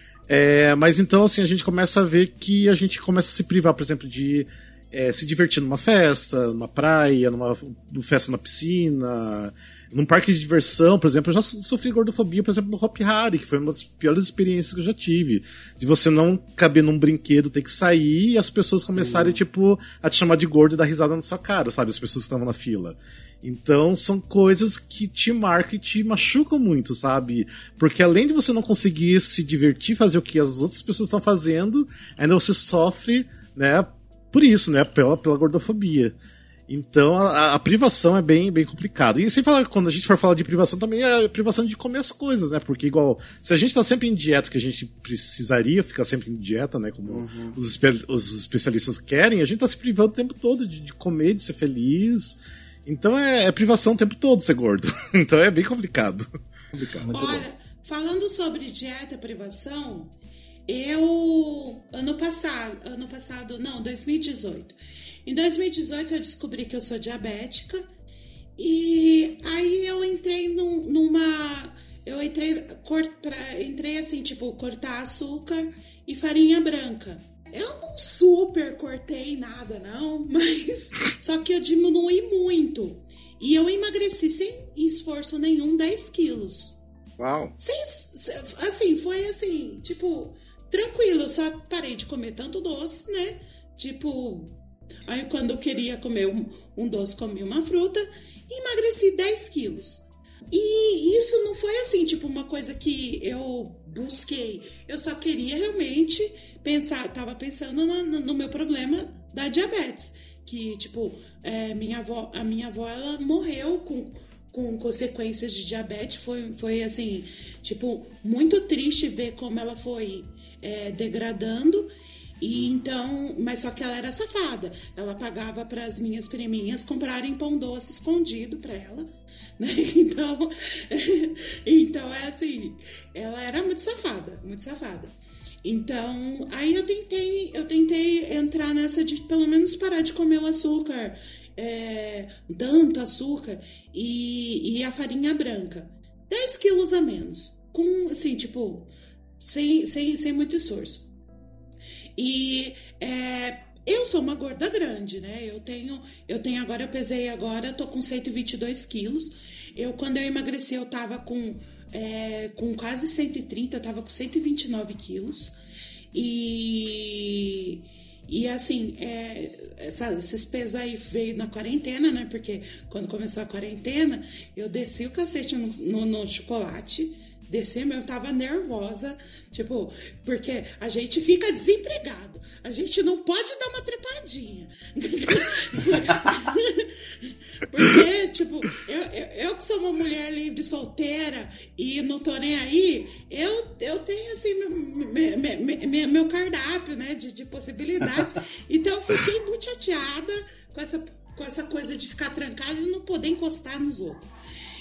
É, mas então, assim, a gente começa a ver que a gente começa a se privar, por exemplo, de é, se divertir numa festa, numa praia, numa festa na piscina, num parque de diversão, por exemplo. Eu já sofri gordofobia, por exemplo, no Hop Hari, que foi uma das piores experiências que eu já tive. De você não caber num brinquedo, ter que sair e as pessoas começarem, tipo, a te chamar de gordo e dar risada na sua cara, sabe? As pessoas que estavam na fila. Então, são coisas que te marcam e te machucam muito, sabe? Porque além de você não conseguir se divertir, fazer o que as outras pessoas estão fazendo, ainda você sofre, né, por isso, né, pela, pela gordofobia. Então, a, a privação é bem, bem complicado. E sem falar, quando a gente for falar de privação, também é a privação de comer as coisas, né? Porque, igual, se a gente tá sempre em dieta, que a gente precisaria ficar sempre em dieta, né? Como uhum. os, espe- os especialistas querem, a gente tá se privando o tempo todo de, de comer, de ser feliz. Então, é, é privação o tempo todo ser gordo. Então, é bem complicado. complicado. Olha, bom. Falando sobre dieta e privação, eu, ano passado, ano passado, não, dois mil e dezoito. Em dois mil e dezoito eu descobri que eu sou diabética e aí eu entrei num, numa... Eu entrei, cort, pra, entrei assim, tipo, cortar açúcar e farinha branca. Eu não super cortei nada, não, mas só que eu diminui muito. E eu emagreci sem esforço nenhum dez quilos. Uau! Sem, assim, foi assim, tipo, tranquilo. Eu só parei de comer tanto doce, né? Tipo... Aí quando eu queria comer um, um doce, comi uma fruta e emagreci dez quilos. E isso não foi assim, tipo, uma coisa que eu busquei. Eu só queria realmente pensar, tava pensando no, no, no meu problema da diabetes. Que, tipo, é, minha avó, a minha avó, ela morreu com, com consequências de diabetes. Foi, foi, assim, tipo, muito triste ver como ela foi é, degradando. E então, mas só que ela era safada. Ela pagava para as minhas priminhas comprarem pão doce escondido para ela, né? Então, então é assim, ela era muito safada, muito safada. Então, aí eu tentei, eu tentei entrar nessa de pelo menos parar de comer o açúcar, é, tanto açúcar e, e a farinha branca. dez quilos a menos, com assim, tipo, sem, sem, sem muito esforço. E é, eu sou uma gorda grande, né? Eu tenho, eu tenho agora, eu pesei agora, tô com cento e vinte e dois quilos. Eu, quando eu emagreci, eu tava com, é, com quase cento e trinta, eu tava com cento e vinte e nove quilos. E, e assim, é, essa, esses pesos aí veio na quarentena, né? Porque quando começou a quarentena, eu desci o cacete no, no, no chocolate, descer mesmo, eu tava nervosa, tipo, porque a gente fica desempregado, a gente não pode dar uma trepadinha. Porque, tipo, eu, eu, eu que sou uma mulher livre, solteira e não tô nem aí, eu, eu tenho, assim, meu, meu, meu, meu cardápio, né, de, de possibilidades. Então, eu fiquei muito chateada com essa, com essa coisa de ficar trancada e não poder encostar nos outros.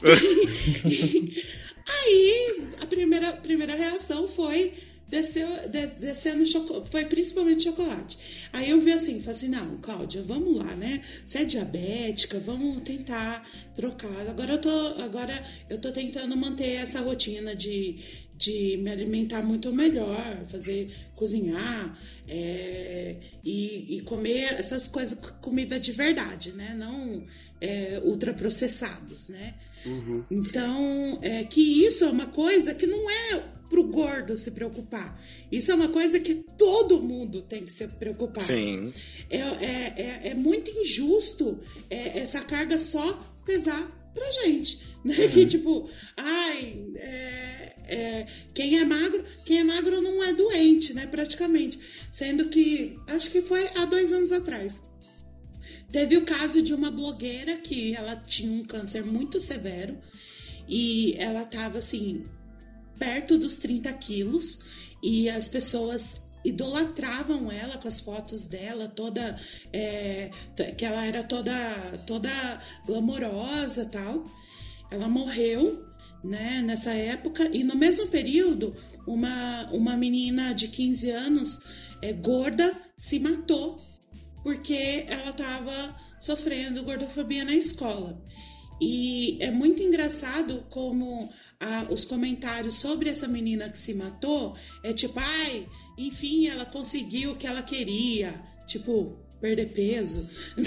Aí, a primeira, primeira reação foi descer, des, descer no chocolate, foi principalmente chocolate. Aí eu vi assim, falei assim, não, Cláudia, vamos lá, né? Você é diabética, vamos tentar trocar. Agora eu tô, agora eu tô tentando manter essa rotina de, de me alimentar muito melhor, fazer, cozinhar é, e, e comer essas coisas, comida de verdade, né? Não é, ultraprocessados, né? Uhum. Então, é que isso é uma coisa que não é pro gordo se preocupar. Isso é uma coisa que todo mundo tem que se preocupar. Sim. É, é, é, é muito injusto é, essa carga só pesar pra gente. Né? Uhum. Que tipo, ai, é, é, quem é magro, quem é magro não é doente, né? Praticamente. Sendo que, acho que foi há dois anos atrás. Teve o caso de uma blogueira que ela tinha um câncer muito severo e ela tava assim, perto dos trinta quilos e as pessoas idolatravam ela com as fotos dela, toda é, que ela era toda, toda glamourosa e tal. Ela morreu, né, nessa época e no mesmo período uma, uma menina de quinze anos é, gorda se matou porque ela estava sofrendo gordofobia na escola. E é muito engraçado como ah, os comentários sobre essa menina que se matou é tipo, ai, enfim, ela conseguiu o que ela queria, tipo, perder peso,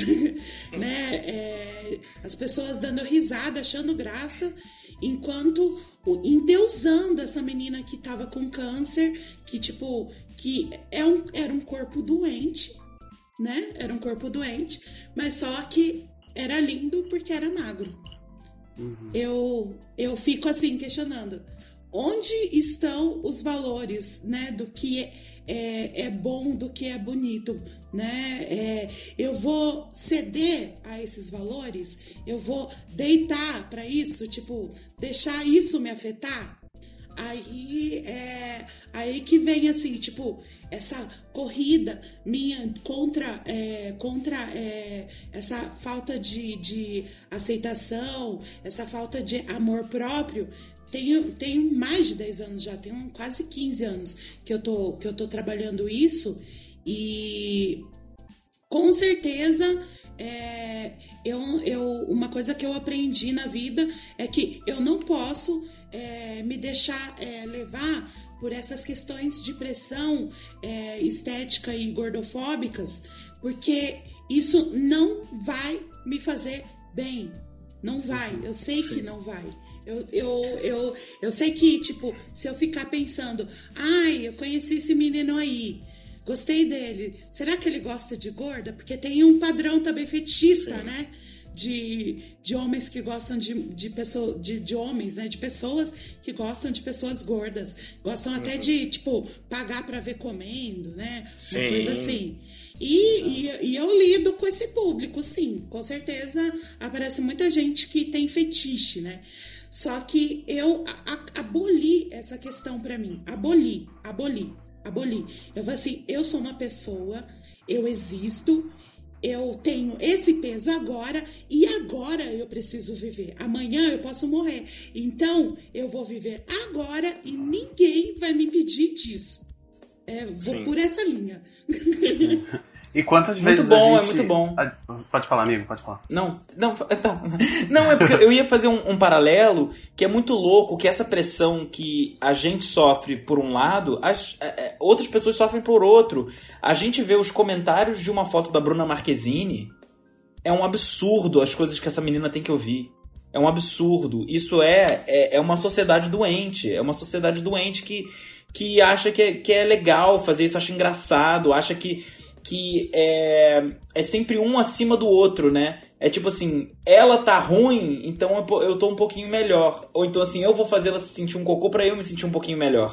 né? É, as pessoas dando risada, achando graça, enquanto endeusando essa menina que estava com câncer, que tipo, que é um, era um corpo doente, né? Era um corpo doente, mas só que era lindo porque era magro. Uhum. Eu, eu fico assim questionando, onde estão os valores, né? Do que é, é, é bom, do que é bonito, né? É, eu vou ceder a esses valores? Eu vou deitar para isso? Tipo, deixar isso me afetar? Aí, é, aí que vem assim, tipo, essa corrida minha contra, é, contra é, essa falta de, de aceitação, essa falta de amor próprio. Tenho, tenho mais de dez anos já, tenho quase quinze anos que eu tô, que eu tô trabalhando isso e com certeza é, eu, eu, uma coisa que eu aprendi na vida é que eu não posso É, me deixar é, levar por essas questões de pressão é, estética e gordofóbicas, porque isso não vai me fazer bem. Não vai, eu sei Sim. que não vai. Eu, eu, eu, eu sei que, tipo, se eu ficar pensando, ai, eu conheci esse menino aí, gostei dele, será que ele gosta de gorda? Porque tem um padrão também fetichista, Sim. né? De, de homens que gostam de, de, pessoa, de, de homens, né? De pessoas que gostam de pessoas gordas. Gostam até uhum. de, tipo, pagar pra ver comendo, né? Sim. Uma coisa assim. E, e, e eu lido com esse público, sim. Com certeza aparece muita gente que tem fetiche, né? Só que eu a, a, aboli essa questão pra mim. Aboli, aboli, aboli. Eu falei assim, eu sou uma pessoa, eu existo, eu tenho esse peso agora e agora eu preciso viver. Amanhã eu posso morrer. Então, eu vou viver agora e ninguém vai me impedir disso. É, vou Sim. por essa linha. Sim. E quantas muito vezes bom, a gente... é muito bom. Pode falar, amigo, pode falar. Não, não, não, não é porque eu ia fazer um, um paralelo que é muito louco, que essa pressão que a gente sofre por um lado, as, é, outras pessoas sofrem por outro. A gente vê os comentários de uma foto da Bruna Marquezine, é um absurdo as coisas que essa menina tem que ouvir. É um absurdo. Isso é, é, é uma sociedade doente, é uma sociedade doente que, que acha que é, que é legal fazer isso, acha engraçado, acha que... que é, é sempre um acima do outro, né? É tipo assim, ela tá ruim, então eu, eu tô um pouquinho melhor. Ou então assim, eu vou fazer ela se sentir um cocô pra eu me sentir um pouquinho melhor.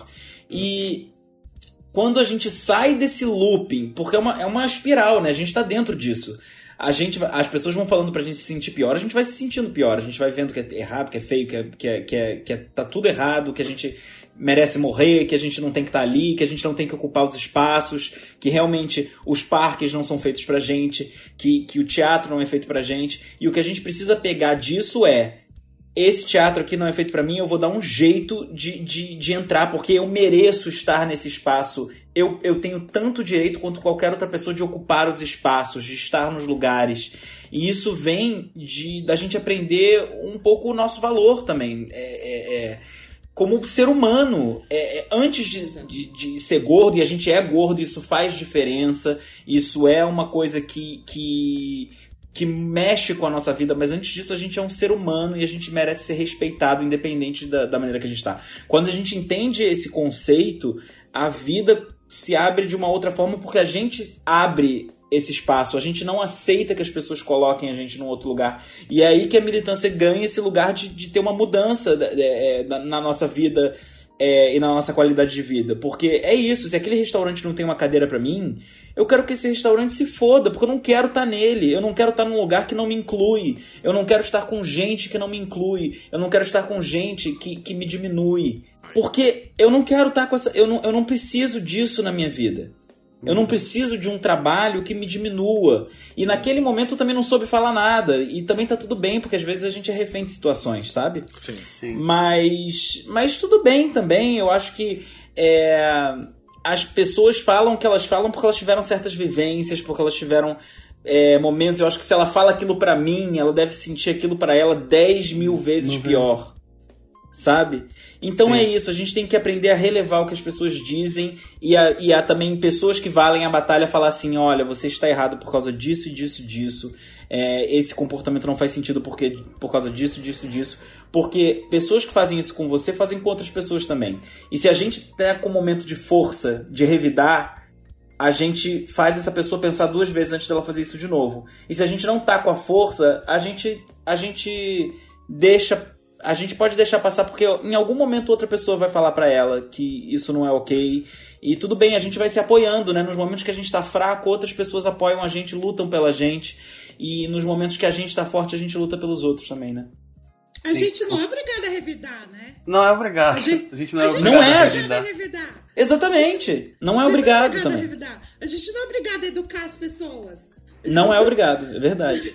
E quando a gente sai desse looping, porque é uma, é uma espiral, né? A gente tá dentro disso. A gente, as pessoas vão falando pra gente se sentir pior, a gente vai se sentindo pior. A gente vai vendo que é errado, que é feio, que, é, que, é, que, é, que é, tá tudo errado, que a gente merece morrer, que a gente não tem que estar ali, que a gente não tem que ocupar os espaços, que realmente os parques não são feitos pra gente, que, que o teatro não é feito pra gente. E o que a gente precisa pegar disso é: esse teatro aqui não é feito pra mim, eu vou dar um jeito de, de, de entrar, porque eu mereço estar nesse espaço. Eu, eu tenho tanto direito quanto qualquer outra pessoa de ocupar os espaços, de estar nos lugares. E isso vem de, da gente aprender um pouco o nosso valor também. É... é, é como ser humano, é, é, antes de, de, de ser gordo, e a gente é gordo, isso faz diferença, isso é uma coisa que, que, que mexe com a nossa vida, mas antes disso a gente é um ser humano e a gente merece ser respeitado, independente da, da maneira que a gente está. Quando a gente entende esse conceito, a vida se abre de uma outra forma, porque a gente abre esse espaço, a gente não aceita que as pessoas coloquem a gente num outro lugar, e é aí que a militância ganha esse lugar de, de ter uma mudança é, na, na nossa vida é, e na nossa qualidade de vida, porque é isso, se aquele restaurante não tem uma cadeira pra mim, eu quero que esse restaurante se foda, porque eu não quero estar nele, eu não quero estar num lugar que não me inclui, eu não quero estar com gente que não me inclui, eu não quero estar com gente que, que me diminui, porque eu não quero estar com essa, eu não, eu não preciso disso na minha vida. Eu não preciso de um trabalho que me diminua. E naquele momento eu também não soube falar nada. E também tá tudo bem, porque às vezes a gente é refém de situações, sabe? Sim, sim. Mas, mas tudo bem também. Eu acho que é, as pessoas falam o que elas falam porque elas tiveram certas vivências, porque elas tiveram é, momentos. Eu acho que se ela fala aquilo pra mim, ela deve sentir aquilo pra ela dez mil vezes não pior. Vejo. Sabe? Então Sim. é isso, a gente tem que aprender a relevar o que as pessoas dizem e a, e a também pessoas que valem a batalha falar assim, olha, você está errado por causa disso, disso, disso, é, esse comportamento não faz sentido porque, por causa disso, disso, disso, porque pessoas que fazem isso com você fazem com outras pessoas também. E se a gente tá com um momento de força, de revidar, a gente faz essa pessoa pensar duas vezes antes dela fazer isso de novo. E se a gente não tá com a força, a gente, a gente deixa... A gente pode deixar passar porque em algum momento outra pessoa vai falar pra ela que isso não é ok. E tudo bem, a gente vai se apoiando, né? Nos momentos que a gente tá fraco, outras pessoas apoiam a gente, lutam pela gente. E nos momentos que a gente tá forte, a gente luta pelos outros também, né? A Sim. gente não é obrigado a revidar, né? Não é obrigado. A gente, a gente não é a gente obrigado não é. a revidar. A revidar. Exatamente. Gente, não é obrigado, não é obrigado também. A, revidar. A gente não é obrigado a educar as pessoas. Não é obrigado, é verdade.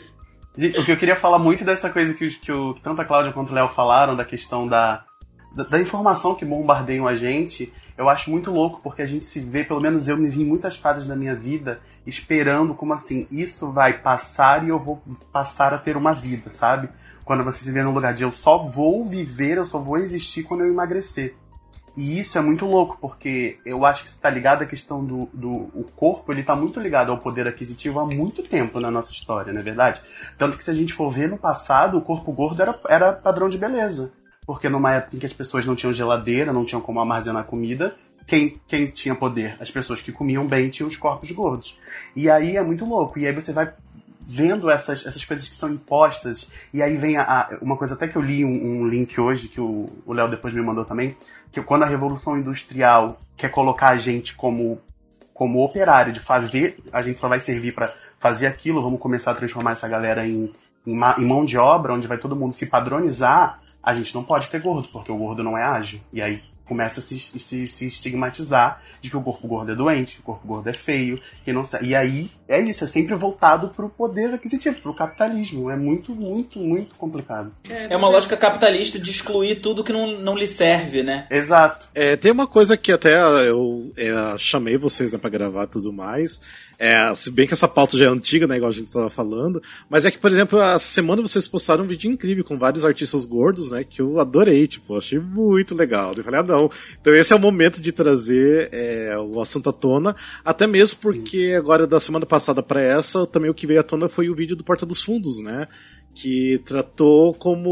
O que eu queria falar muito dessa coisa que, que, o, que tanto a Cláudia quanto o Léo falaram, da questão da, da, da informação que bombardeiam a gente, eu acho muito louco, porque a gente se vê, pelo menos eu me vi em muitas fases da minha vida, esperando como assim, isso vai passar e eu vou passar a ter uma vida, sabe? Quando você se vê num lugar de eu só vou viver, eu só vou existir quando eu emagrecer. E isso é muito louco, porque eu acho que isso está ligado à questão do, do o corpo, ele está muito ligado ao poder aquisitivo há muito tempo na nossa história, não é verdade? Tanto que se a gente for ver no passado, o corpo gordo era, era padrão de beleza. Porque numa época em que as pessoas não tinham geladeira, não tinham como armazenar comida, quem, quem tinha poder? As pessoas que comiam bem tinham os corpos gordos. E aí é muito louco, e aí você vai vendo essas, essas coisas que são impostas, e aí vem a, a, uma coisa até que eu li um, um link hoje, que o Léo depois me mandou também, que quando a Revolução Industrial quer colocar a gente como, como operário, de fazer, a gente só vai servir para fazer aquilo, vamos começar a transformar essa galera em, em, em mão de obra, onde vai todo mundo se padronizar, a gente não pode ter gordo, porque o gordo não é ágil. E aí começa a se, se, se estigmatizar de que o corpo gordo é doente, que o corpo gordo é feio, que não e aí é isso, é sempre voltado pro poder aquisitivo, pro capitalismo. É muito, muito, muito complicado. É uma lógica capitalista de excluir tudo que não, não lhe serve, né? Exato. É, tem uma coisa que até eu é, chamei vocês, né, pra gravar e tudo mais. É, se bem que essa pauta já é antiga, né, igual a gente tava falando, mas é que, por exemplo, essa semana vocês postaram um vídeo incrível com vários artistas gordos, né, que eu adorei, tipo, achei muito legal. Eu falei, ah, não, então esse é o momento de trazer é, o assunto à tona, até mesmo porque Sim. agora, da semana passada pra essa, também o que veio à tona foi o vídeo do Porta dos Fundos, né, que tratou como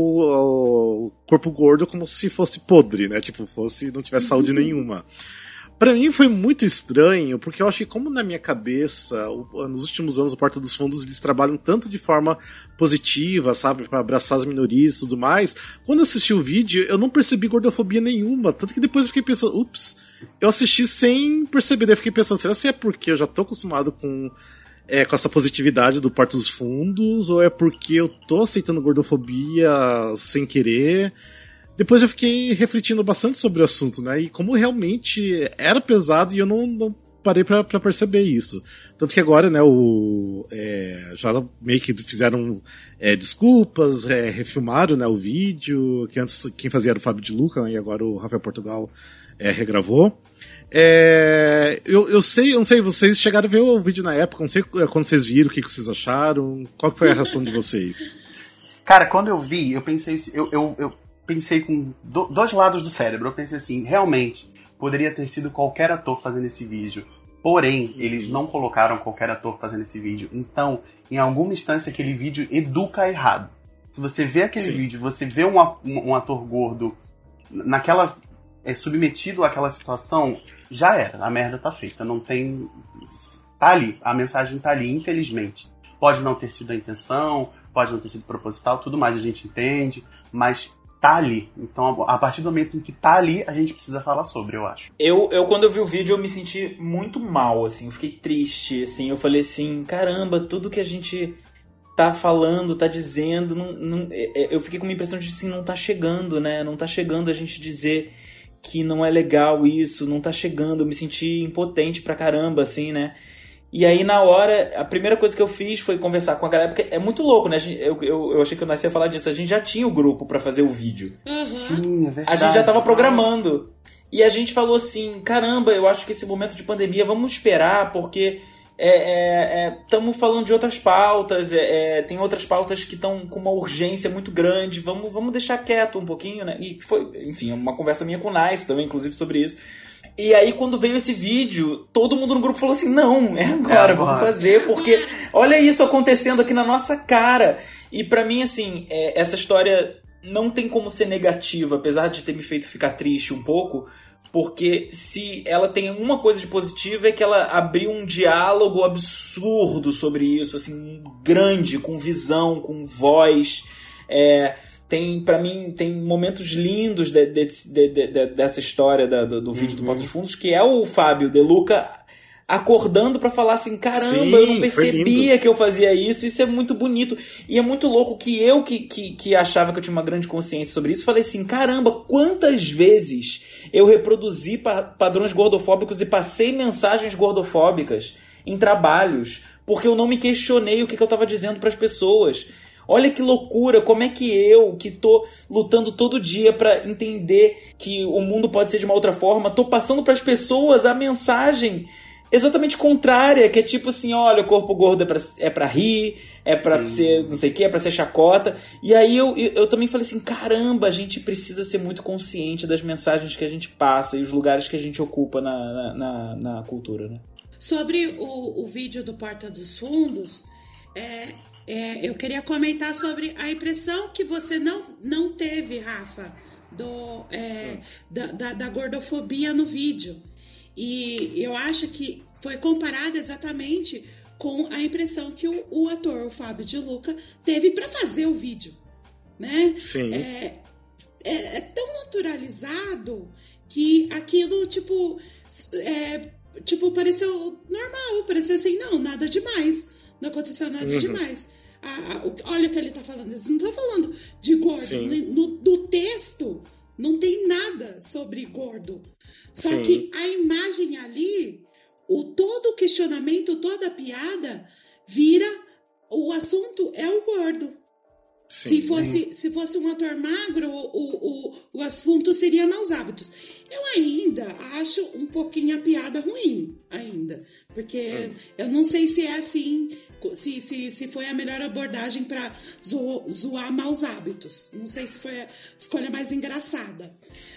o corpo gordo como se fosse podre, né, tipo, fosse, não tivesse saúde nenhuma. Pra mim foi muito estranho, porque eu acho que como na minha cabeça, nos últimos anos, o Porta dos Fundos, eles trabalham tanto de forma positiva, sabe, pra abraçar as minorias e tudo mais. Quando eu assisti o vídeo, eu não percebi gordofobia nenhuma, tanto que depois eu fiquei pensando, ups, eu assisti sem perceber, daí eu fiquei pensando, será que é porque eu já tô acostumado com, é, com essa positividade do Porta dos Fundos, ou é porque eu tô aceitando gordofobia sem querer? Depois eu fiquei refletindo bastante sobre o assunto, né? E como realmente era pesado e eu não, não parei pra, pra perceber isso. Tanto que agora, né, o, é, já meio que fizeram é, desculpas, é, refilmaram, né, o vídeo, que antes quem fazia era o Fábio de Luca, né, e agora o Rafael Portugal é, regravou. É, eu, eu sei, eu não sei, vocês chegaram a ver o vídeo na época, não sei quando vocês viram, o que vocês acharam, qual que foi a reação de vocês? Cara, quando eu vi, eu pensei, eu, eu, eu pensei com do, dois lados do cérebro. Eu pensei assim, realmente, poderia ter sido qualquer ator fazendo esse vídeo. Porém, eles não colocaram qualquer ator fazendo esse vídeo. Então, em alguma instância, aquele vídeo educa errado. Se você vê aquele Sim. vídeo, você vê um, um, um ator gordo naquela, é, submetido àquela situação, já era. A merda tá feita. Não tem... Tá ali. A mensagem tá ali, infelizmente. Pode não ter sido a intenção, pode não ter sido proposital, tudo mais a gente entende, mas tá ali. Então, a partir do momento em que tá ali, a gente precisa falar sobre, eu acho. Eu, eu quando eu vi o vídeo, eu me senti muito mal, assim, eu fiquei triste, assim, eu falei assim, caramba, tudo que a gente tá falando, tá dizendo, não, não, eu fiquei com uma impressão de, assim, não tá chegando, né, não tá chegando a gente dizer que não é legal isso, não tá chegando, eu me senti impotente pra caramba, assim, né. E aí, na hora, a primeira coisa que eu fiz foi conversar com a galera, porque é muito louco, né? Eu, eu, eu achei que eu nasci a falar disso. A gente já tinha o grupo pra fazer o vídeo. Uhum. Sim, é verdade. A gente já tava programando. E a gente falou assim, caramba, eu acho que esse momento de pandemia, vamos esperar, porque estamos é, é, é, falando de outras pautas, é, é, tem outras pautas que estão com uma urgência muito grande, vamos, vamos deixar quieto um pouquinho, né? E foi, enfim, uma conversa minha com o Nice também, inclusive, sobre isso. E aí, quando veio esse vídeo, todo mundo no grupo falou assim, não, é agora, é vamos fazer, porque olha isso acontecendo aqui na nossa cara. E pra mim, assim, é, essa história não tem como ser negativa, apesar de ter me feito ficar triste um pouco, porque se ela tem uma coisa de positiva é que ela abriu um diálogo absurdo sobre isso, assim, grande, com visão, com voz, é... Tem, pra mim, tem momentos lindos de, de, de, de, dessa história da, do, do vídeo uhum. do Porta dos Fundos, que é o Fábio De Luca acordando pra falar assim, caramba, Sim, eu não percebia que eu fazia isso, isso é muito bonito. E é muito louco que eu, que, que, que achava que eu tinha uma grande consciência sobre isso, falei assim, caramba, quantas vezes eu reproduzi pa- padrões gordofóbicos e passei mensagens gordofóbicas em trabalhos, porque eu não me questionei o que, que eu tava dizendo pras pessoas. Olha que loucura, como é que eu, que tô lutando todo dia pra entender que o mundo pode ser de uma outra forma, tô passando pras pessoas a mensagem exatamente contrária, que é tipo assim, olha, o corpo gordo é pra, é pra rir, é pra Sim. ser não sei o que, é pra ser chacota. E aí eu, eu, eu também falei assim, caramba, a gente precisa ser muito consciente das mensagens que a gente passa e os lugares que a gente ocupa na, na, na, na cultura, né? Sobre o, o vídeo do Porta dos Fundos, é... É, eu queria comentar sobre a impressão que você não, não teve, Rafa, do, é, da, da, da gordofobia no vídeo. E eu acho que foi comparada exatamente com a impressão que o, o ator, o Fábio De Luca, teve para fazer o vídeo, né? Sim. É, é, é tão naturalizado que aquilo, tipo, é, tipo, pareceu normal, pareceu assim, não, nada demais. Não aconteceu nada uhum. demais. Ah, olha o que ele tá falando. Ele não tá falando de gordo. No, no texto não tem nada sobre gordo. Só Sim. que a imagem ali, o, todo o questionamento, toda a piada, vira... O assunto é o gordo. Sim, se, fosse, se fosse um ator magro, o, o, o assunto seria maus hábitos. Eu ainda acho um pouquinho a piada ruim, ainda. Porque hum. eu não sei se é assim, se, se, se foi a melhor abordagem para zo, zoar maus hábitos. Não sei se foi a escolha mais engraçada.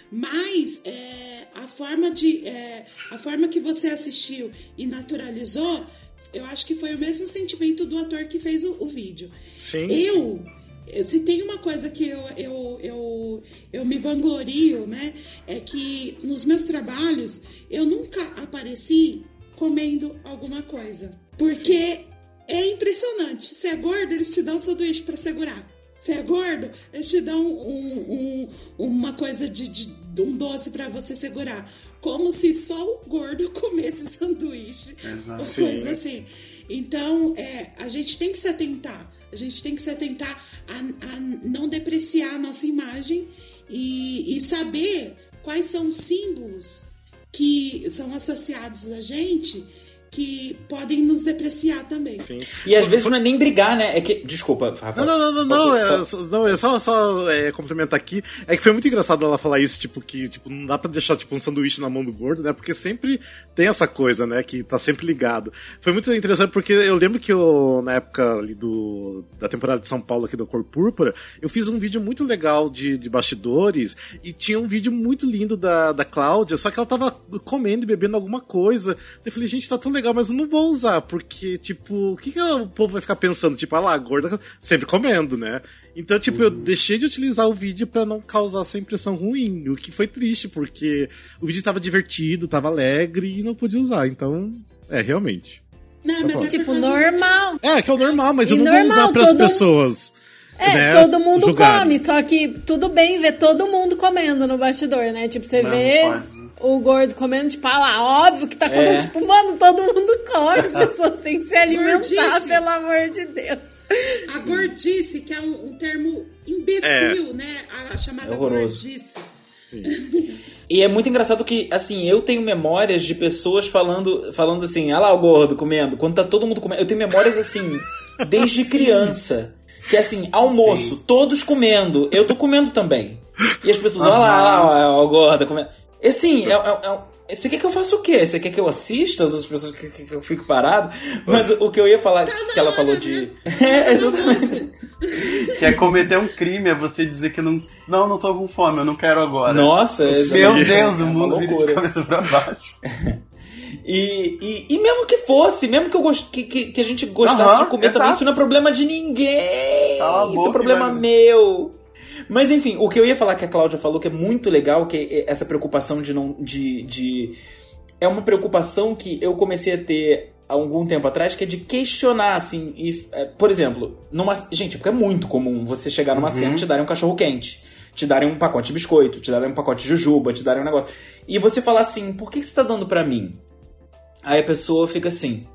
Mas é, a, forma de, é, a forma que você assistiu e naturalizou, eu acho que foi o mesmo sentimento do ator que fez o, o vídeo. Sim. Eu... se tem uma coisa que eu, eu, eu, eu me vanglorio, né? É que nos meus trabalhos eu nunca apareci comendo alguma coisa. Porque é impressionante. Se é gordo, eles te dão um sanduíche pra segurar. Se é gordo, eles te dão um, um, uma coisa de, de um doce pra você segurar. Como se só o gordo comesse sanduíche. Exato. Ou coisa assim. Então, é, a gente tem que se atentar. A gente tem que se atentar a, a não depreciar a nossa imagem e, e saber quais são os símbolos que são associados a gente que podem nos depreciar também. Sim. E às vezes não é nem brigar, né? É que... Desculpa, Rafa. Não, não, não, não, não, é, só, não, é só, só é, complementar aqui. É que foi muito engraçado ela falar isso, tipo, que tipo, não dá pra deixar tipo, um sanduíche na mão do gordo, né? Porque sempre tem essa coisa, né? Que tá sempre ligado. Foi muito interessante porque eu lembro que eu, na época ali do, da temporada de São Paulo aqui do Cor Púrpura, eu fiz um vídeo muito legal de, de bastidores e tinha um vídeo muito lindo da, da Cláudia, só que ela tava comendo e bebendo alguma coisa. Eu falei, gente, tá tão legal, mas eu não vou usar, porque, tipo, o que, que o povo vai ficar pensando? Tipo, ah lá, a gorda sempre comendo, né? Então, tipo, uhum. eu deixei de utilizar o vídeo pra não causar essa impressão ruim, o que foi triste, porque o vídeo tava divertido, tava alegre e não podia usar, então, é, realmente. Não, mas é tipo, normal. É, que é o normal, mas e eu não normal, vou usar pras todo... pessoas. É, né, todo mundo julgarem. come, só que tudo bem ver todo mundo comendo no bastidor, né? Tipo, você não, vê... Pode. O gordo comendo, tipo, ah lá, óbvio que tá comendo, É. tipo, mano, todo mundo come, as pessoas têm que se alimentar, Gordice. pelo amor de Deus. A gordice, que é um, um termo imbecil, É. né? A, a chamada É horroroso. gordice. Sim. E é muito engraçado que, assim, eu tenho memórias de pessoas falando, falando assim, ah lá o gordo comendo, quando tá todo mundo comendo. Eu tenho memórias, assim, desde criança. Que é assim, almoço, Sim. todos comendo, eu tô comendo também. E as pessoas, olha lá, olha lá, o gordo comendo. E assim, é, é, é, você quer que eu faça o quê? Você quer que eu assista as outras pessoas, que, que eu fico parado? Mas o que eu ia falar, que ela falou de... É, exatamente. Quer cometer um crime, é você dizer que não... Não, não tô com fome, eu não quero agora. Nossa, Meu exatamente. Deus, o É uma mundo vira de cabeça pra baixo. E, e, e mesmo que fosse, mesmo que, eu gost, que, que, que a gente gostasse Uhum, de comer exato. também, isso não é problema de ninguém. Cala a Isso boca, é problema velho. meu. Mas enfim, o que eu ia falar que a Cláudia falou que é muito legal, que é essa preocupação de não. De, de... É uma preocupação que eu comecei a ter há algum tempo atrás, que é de questionar, assim. E, é, por exemplo, numa. Gente, porque é muito comum você chegar numa Uhum. cena e te darem um cachorro quente. Te darem um pacote de biscoito, te darem um pacote de jujuba, te darem um negócio. E você falar assim, por que, que você tá dando pra mim? Aí a pessoa fica assim.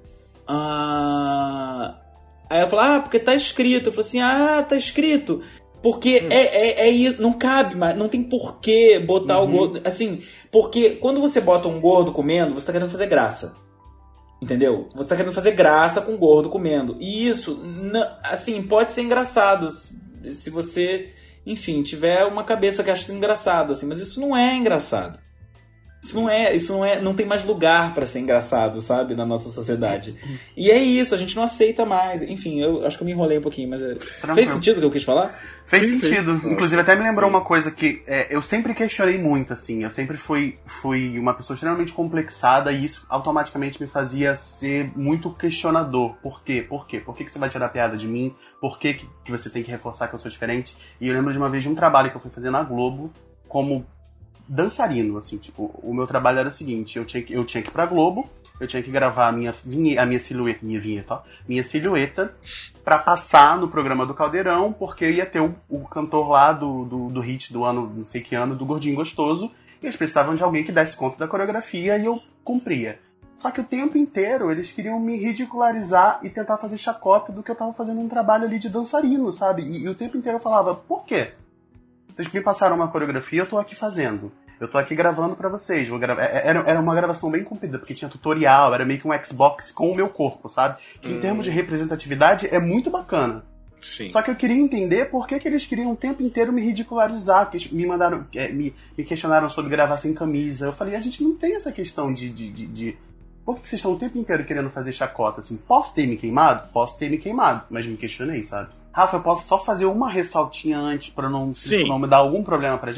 Ah... Aí ela fala, ah, porque tá escrito. Eu falo assim, ah, tá escrito. Porque hum. é, é, é isso, não cabe mais, não tem porquê botar uhum. o gordo. Assim, porque quando você bota um gordo comendo, você tá querendo fazer graça. Entendeu? Você tá querendo fazer graça com o gordo comendo. E isso, assim, pode ser engraçado. Se você, enfim, tiver uma cabeça que acha isso engraçado, assim, mas isso não é engraçado. Isso não é, isso não é, não tem mais lugar pra ser engraçado, sabe, na nossa sociedade. E é isso, a gente não aceita mais. Enfim, eu acho que eu me enrolei um pouquinho, mas Tranquilo. Fez sentido o que eu quis falar? Fez sim, sentido. Sim. Inclusive, até me lembrou Sim. uma coisa que é, eu sempre questionei muito, assim. Eu sempre fui, fui uma pessoa extremamente complexada e isso automaticamente me fazia ser muito questionador. Por quê? Por quê? Por que, que você vai tirar piada de mim? Por que, que você tem que reforçar que eu sou diferente? E eu lembro de uma vez de um trabalho que eu fui fazer na Globo como dançarino, assim, tipo, o meu trabalho era o seguinte, eu tinha que, eu tinha que ir pra Globo, eu tinha que gravar a minha, a minha silhueta, minha vinheta, ó, minha silhueta, pra passar no programa do Caldeirão, porque ia ter o, o cantor lá do, do, do hit do ano, não sei que ano, do Gordinho Gostoso, e eles precisavam de alguém que desse conta da coreografia, e eu cumpria. Só que o tempo inteiro eles queriam me ridicularizar e tentar fazer chacota do que eu tava fazendo um trabalho ali de dançarino, sabe? E, e o tempo inteiro eu falava, por quê? Vocês me passaram uma coreografia, eu tô aqui fazendo. Eu tô aqui gravando pra vocês. Vou gravar. Era, era uma gravação bem comprida, porque tinha tutorial, era meio que um Xbox com o meu corpo, sabe? Que hum. em termos de representatividade é muito bacana. Sim. Só que eu queria entender por que, que eles queriam o tempo inteiro me ridicularizar, que me mandaram, é, me, me questionaram sobre gravar sem camisa. Eu falei, a gente não tem essa questão de... de, de, de... Por que, que vocês estão o tempo inteiro querendo fazer chacota? Assim, posso ter me queimado? Posso ter me queimado, mas me questionei, sabe? Rafa, eu posso só fazer uma ressaltinha antes pra não, tipo, não me dar algum problema pra gente?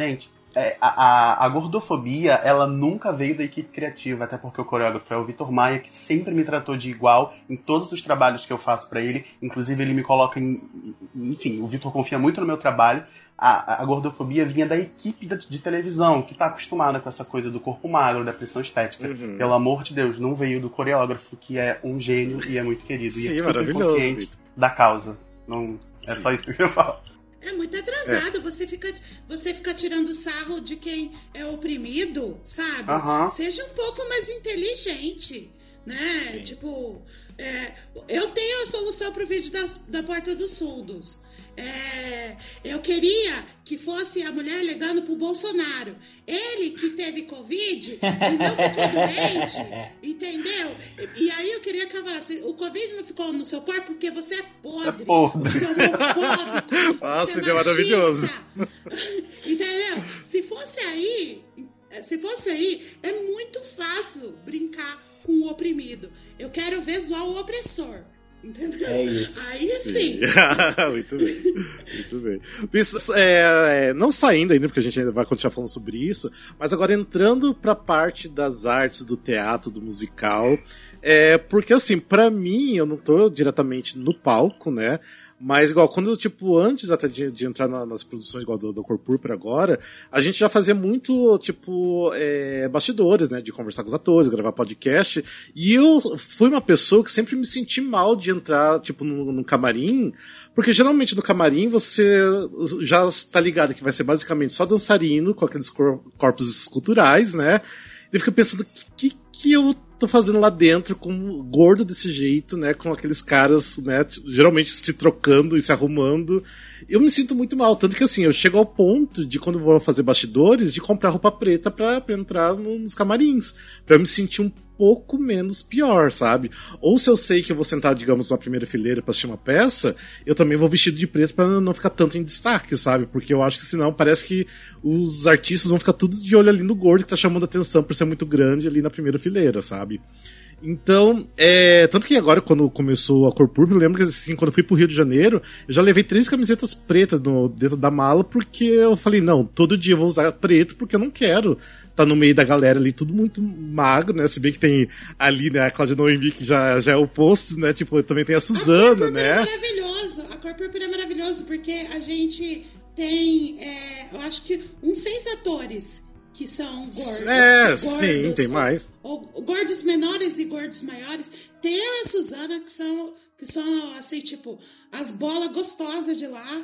É, a, a, a gordofobia, ela nunca veio da equipe criativa, até porque o coreógrafo é o Vitor Maia, que sempre me tratou de igual em todos os trabalhos que eu faço pra ele. Inclusive, ele me coloca em... Enfim, o Vitor confia muito no meu trabalho. A, a gordofobia vinha da equipe de, de televisão, que tá acostumada com essa coisa do corpo magro, da pressão estética. Uhum. Pelo amor de Deus, não veio do coreógrafo, que é um gênio e é muito querido. Sim, e é super consciente da causa. Não, é Sim. só isso que eu queria falar. É muito atrasado, é. você fica você fica tirando sarro de quem é oprimido, sabe? Uhum. Seja um pouco mais inteligente, né? Sim. Tipo, é, eu tenho a solução pro vídeo das, da Porta dos Fundos. É, eu queria que fosse a mulher ligando pro Bolsonaro. Ele que teve Covid e não ficou doente, entendeu? E aí eu queria que ela falasse: o Covid não ficou no seu corpo porque você é podre, você é homofóbico. Nossa, você é maravilhoso. Entendeu? Se fosse aí, se fosse aí, é muito fácil brincar com o oprimido. Eu quero ver zoar o opressor. Entendeu? É isso. Aí sim. sim. Muito bem. Muito bem. Isso, é, é, não saindo ainda, porque a gente ainda vai continuar falando sobre isso, mas agora entrando pra parte das artes, do teatro, do musical. É, porque assim, pra mim, eu não tô diretamente no palco, né? Mas, igual, quando, tipo, antes até de, de entrar na, nas produções igual do, do Cor Púrpura agora, a gente já fazia muito, tipo, é, bastidores, né? De conversar com os atores, gravar podcast. E eu fui uma pessoa que sempre me senti mal de entrar, tipo, num, num camarim, porque geralmente no camarim você já está ligado que vai ser basicamente só dançarino, com aqueles cor, corpos esculturais, né? E eu fico pensando, o que, que eu tô fazendo lá dentro com gordo desse jeito, né, com aqueles caras, né, geralmente se trocando e se arrumando. Eu me sinto muito mal, tanto que assim, eu chego ao ponto de, quando vou fazer bastidores, de comprar roupa preta pra, pra entrar no, nos camarins, pra eu me sentir um pouco menos pior, sabe? Ou se eu sei que eu vou sentar, digamos, na primeira fileira pra assistir uma peça, eu também vou vestido de preto pra não ficar tanto em destaque, sabe? Porque eu acho que senão parece que os artistas vão ficar tudo de olho ali no gordo que tá chamando atenção por ser muito grande ali na primeira fileira, sabe? Então, é, tanto que agora, quando começou a Cor Púrpura, eu lembro que assim, quando eu fui pro Rio de Janeiro, eu já levei três camisetas pretas no, dentro da mala, porque eu falei, não, todo dia eu vou usar preto, porque eu não quero tá no meio da galera ali, tudo muito magro, né? Se bem que tem ali, né, a Cláudia Noemi, que já, já é o oposto, né? Tipo, também tem a Suzana, a né? A Cor Púrpura é maravilhoso, a Cor Púrpura é maravilhoso, porque a gente tem, é, eu acho que uns seis atores que são gordos. É, gordos, sim, tem mais. Ou, ou, gordos menores e gordos maiores. Tem eu e a Suzana, que são, que são assim, tipo, as bolas gostosas de lá.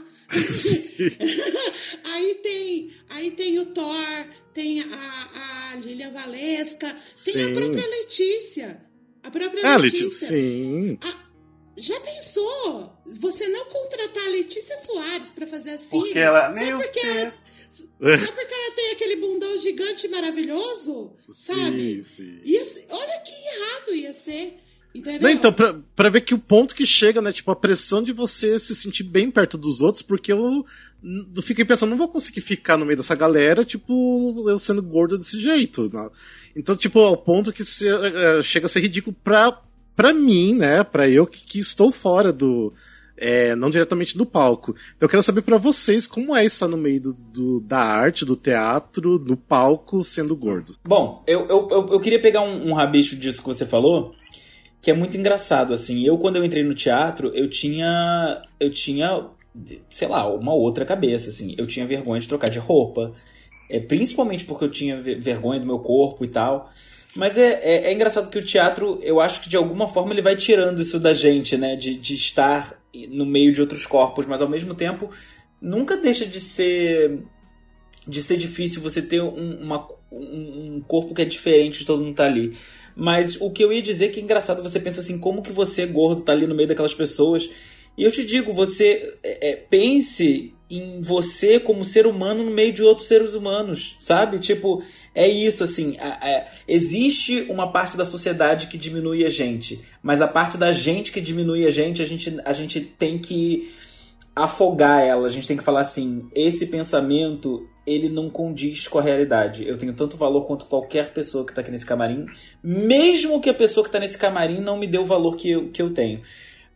aí, tem, aí tem o Thor, tem a, a Lília Valesca, tem sim. a própria Letícia. A própria ah, Letícia. Letícia. Sim. A, já pensou você não contratar a Letícia Soares pra fazer a Síria? Porque ela... Só Meu porque que... ela... Só porque ela tem aquele bundão gigante maravilhoso, sabe? Sim, sim. Ia ser, olha que errado ia ser, entendeu? Não, então, pra, pra ver que o ponto que chega, né? Tipo, a pressão de você se sentir bem perto dos outros, porque eu, eu fiquei pensando, não vou conseguir ficar no meio dessa galera, tipo, eu sendo gordo desse jeito. Né? Então, tipo, ao ponto que se, é, chega a ser ridículo pra, pra mim, né? Pra eu que, que estou fora do... É, não diretamente do palco. Então eu quero saber pra vocês como é estar no meio do, do, da arte, do teatro, no palco, sendo gordo. Bom, eu, eu, eu, eu queria pegar um, um rabicho disso que você falou, que é muito engraçado, assim. Eu, quando eu entrei no teatro, eu tinha, eu tinha, sei lá, uma outra cabeça, assim. Eu tinha vergonha de trocar de roupa, é, principalmente porque eu tinha vergonha do meu corpo e tal. Mas é, é, é engraçado que o teatro, eu acho que de alguma forma ele vai tirando isso da gente, né? De, de estar no meio de outros corpos, mas ao mesmo tempo nunca deixa de ser de ser difícil você ter um, uma, um corpo que é diferente de todo mundo tá ali. Mas o que eu ia dizer que é engraçado, você pensa assim, como que você, gordo, tá ali no meio daquelas pessoas. E eu te digo, você é, pense em você como ser humano no meio de outros seres humanos, sabe? Tipo, é isso, assim, a, a, existe uma parte da sociedade que diminui a gente, mas a parte da gente que diminui a gente, a gente, a gente tem que afogar ela, a gente tem que falar assim, esse pensamento, ele não condiz com a realidade. Eu tenho tanto valor quanto qualquer pessoa que tá aqui nesse camarim, mesmo que a pessoa que tá nesse camarim não me dê o valor que eu, que eu tenho.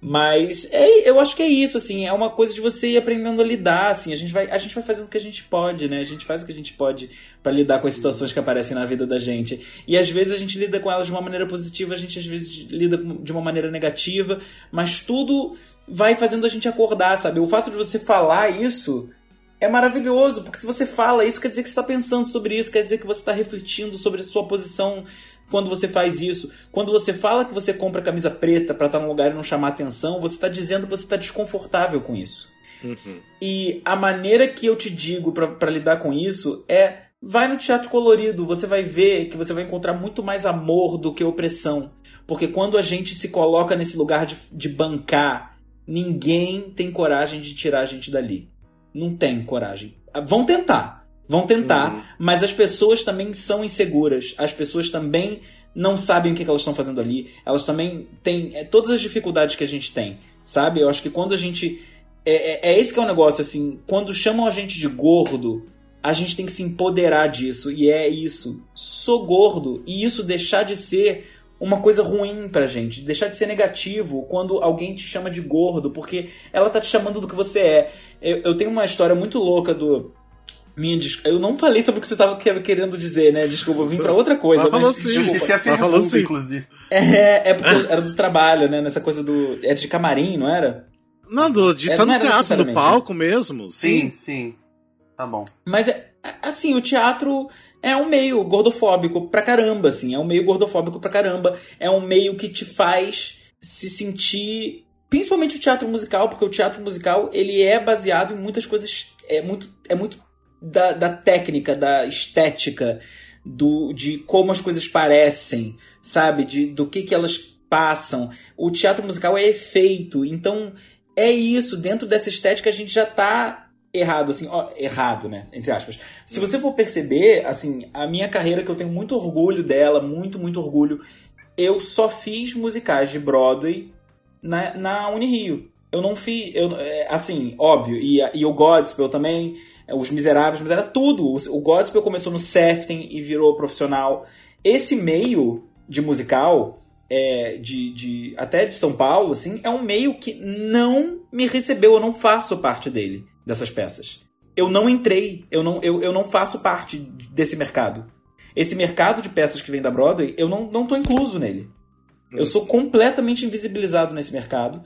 Mas é, eu acho que é isso, assim, é uma coisa de você ir aprendendo a lidar, assim, a gente vai, a gente vai fazendo o que a gente pode, né? A gente faz o que a gente pode pra lidar com as situações que aparecem na vida da gente. E às vezes a gente lida com elas de uma maneira positiva, a gente às vezes lida de uma maneira negativa, mas tudo vai fazendo a gente acordar, sabe? O fato de você falar isso é maravilhoso, porque se você fala isso, quer dizer que você está pensando sobre isso, quer dizer que você está refletindo sobre a sua posição quando você faz isso. Quando você fala que você compra camisa preta pra estar num lugar e não chamar atenção, você está dizendo que você está desconfortável com isso. Uhum. E a maneira que eu te digo pra, pra lidar com isso é: vai no teatro colorido, você vai ver que você vai encontrar muito mais amor do que opressão. Porque quando a gente se coloca nesse lugar de, de bancar, ninguém tem coragem de tirar a gente dali. Não tem coragem. Vão tentar. Vão tentar, uhum. Mas as pessoas também são inseguras. As pessoas também não sabem o que elas estão fazendo ali. Elas também têm é, todas as dificuldades que a gente tem, sabe? Eu acho que quando a gente... É, é, é esse que é o negócio, assim. Quando chamam a gente de gordo, a gente tem que se empoderar disso. E é isso. Sou gordo. E isso deixar de ser uma coisa ruim pra gente. Deixar de ser negativo quando alguém te chama de gordo. Porque ela tá te chamando do que você é. Eu, eu tenho uma história muito louca do... Minha, eu não falei sobre o que você estava querendo dizer, né? Desculpa, eu vim pra outra coisa. Mas, mas, sim, eu esqueci a pergunta, sim. Inclusive. É, é porque era do trabalho, né? Nessa coisa do... É de camarim, não era? Não, do, de estar no teatro, do palco mesmo. Sim, sim. sim. Tá bom. Mas, é, assim, o teatro é um meio gordofóbico pra caramba, assim. É um meio gordofóbico pra caramba. É um meio que te faz se sentir... Principalmente o teatro musical, porque o teatro musical, ele é baseado em muitas coisas... É muito... É muito Da, da técnica, da estética, do, de como as coisas parecem, sabe? De, do que, que elas passam. O teatro musical é efeito. Então, é isso. Dentro dessa estética, a gente já tá errado, assim. Ó, errado, né? Entre aspas. Se você for perceber, assim, a minha carreira, que eu tenho muito orgulho dela, muito, muito orgulho, eu só fiz musicais de Broadway na, na Unirio. Eu não fiz... Eu, assim, óbvio. E, e o Godspell também... Os Miseráveis, mas era tudo. O Godspell começou no Sefton e virou profissional. Esse meio de musical, é, de, de, até de São Paulo, assim, é um meio que não me recebeu. Eu não faço parte dele, dessas peças. Eu não entrei. Eu não, eu, eu não faço parte desse mercado. Esse mercado de peças que vem da Broadway, eu não, não tô incluso nele. Eu sou completamente invisibilizado nesse mercado.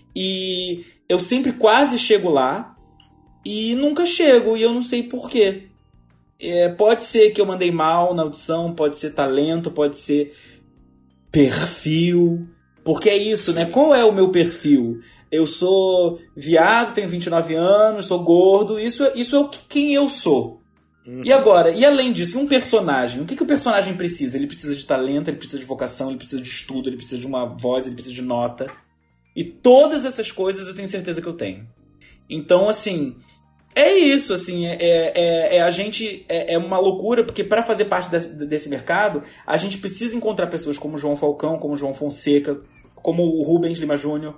E eu sempre quase chego lá, e nunca chego, e eu não sei porquê. É, pode ser que eu mandei mal na audição, pode ser talento, pode ser perfil. Porque é isso, Sim. né? Qual é o meu perfil? Eu sou viado, tenho vinte e nove anos, sou gordo, isso, isso é o que, quem eu sou. Uhum. E agora, e além disso, um personagem? O que, que o personagem precisa? Ele precisa de talento, ele precisa de vocação, ele precisa de estudo, ele precisa de uma voz, ele precisa de nota. E todas essas coisas eu tenho certeza que eu tenho. Então, assim, é isso, assim, é, é, é a gente, é, é uma loucura, porque para fazer parte desse, desse mercado, a gente precisa encontrar pessoas como João Falcão, como João Fonseca, como o Rubens Lima Júnior,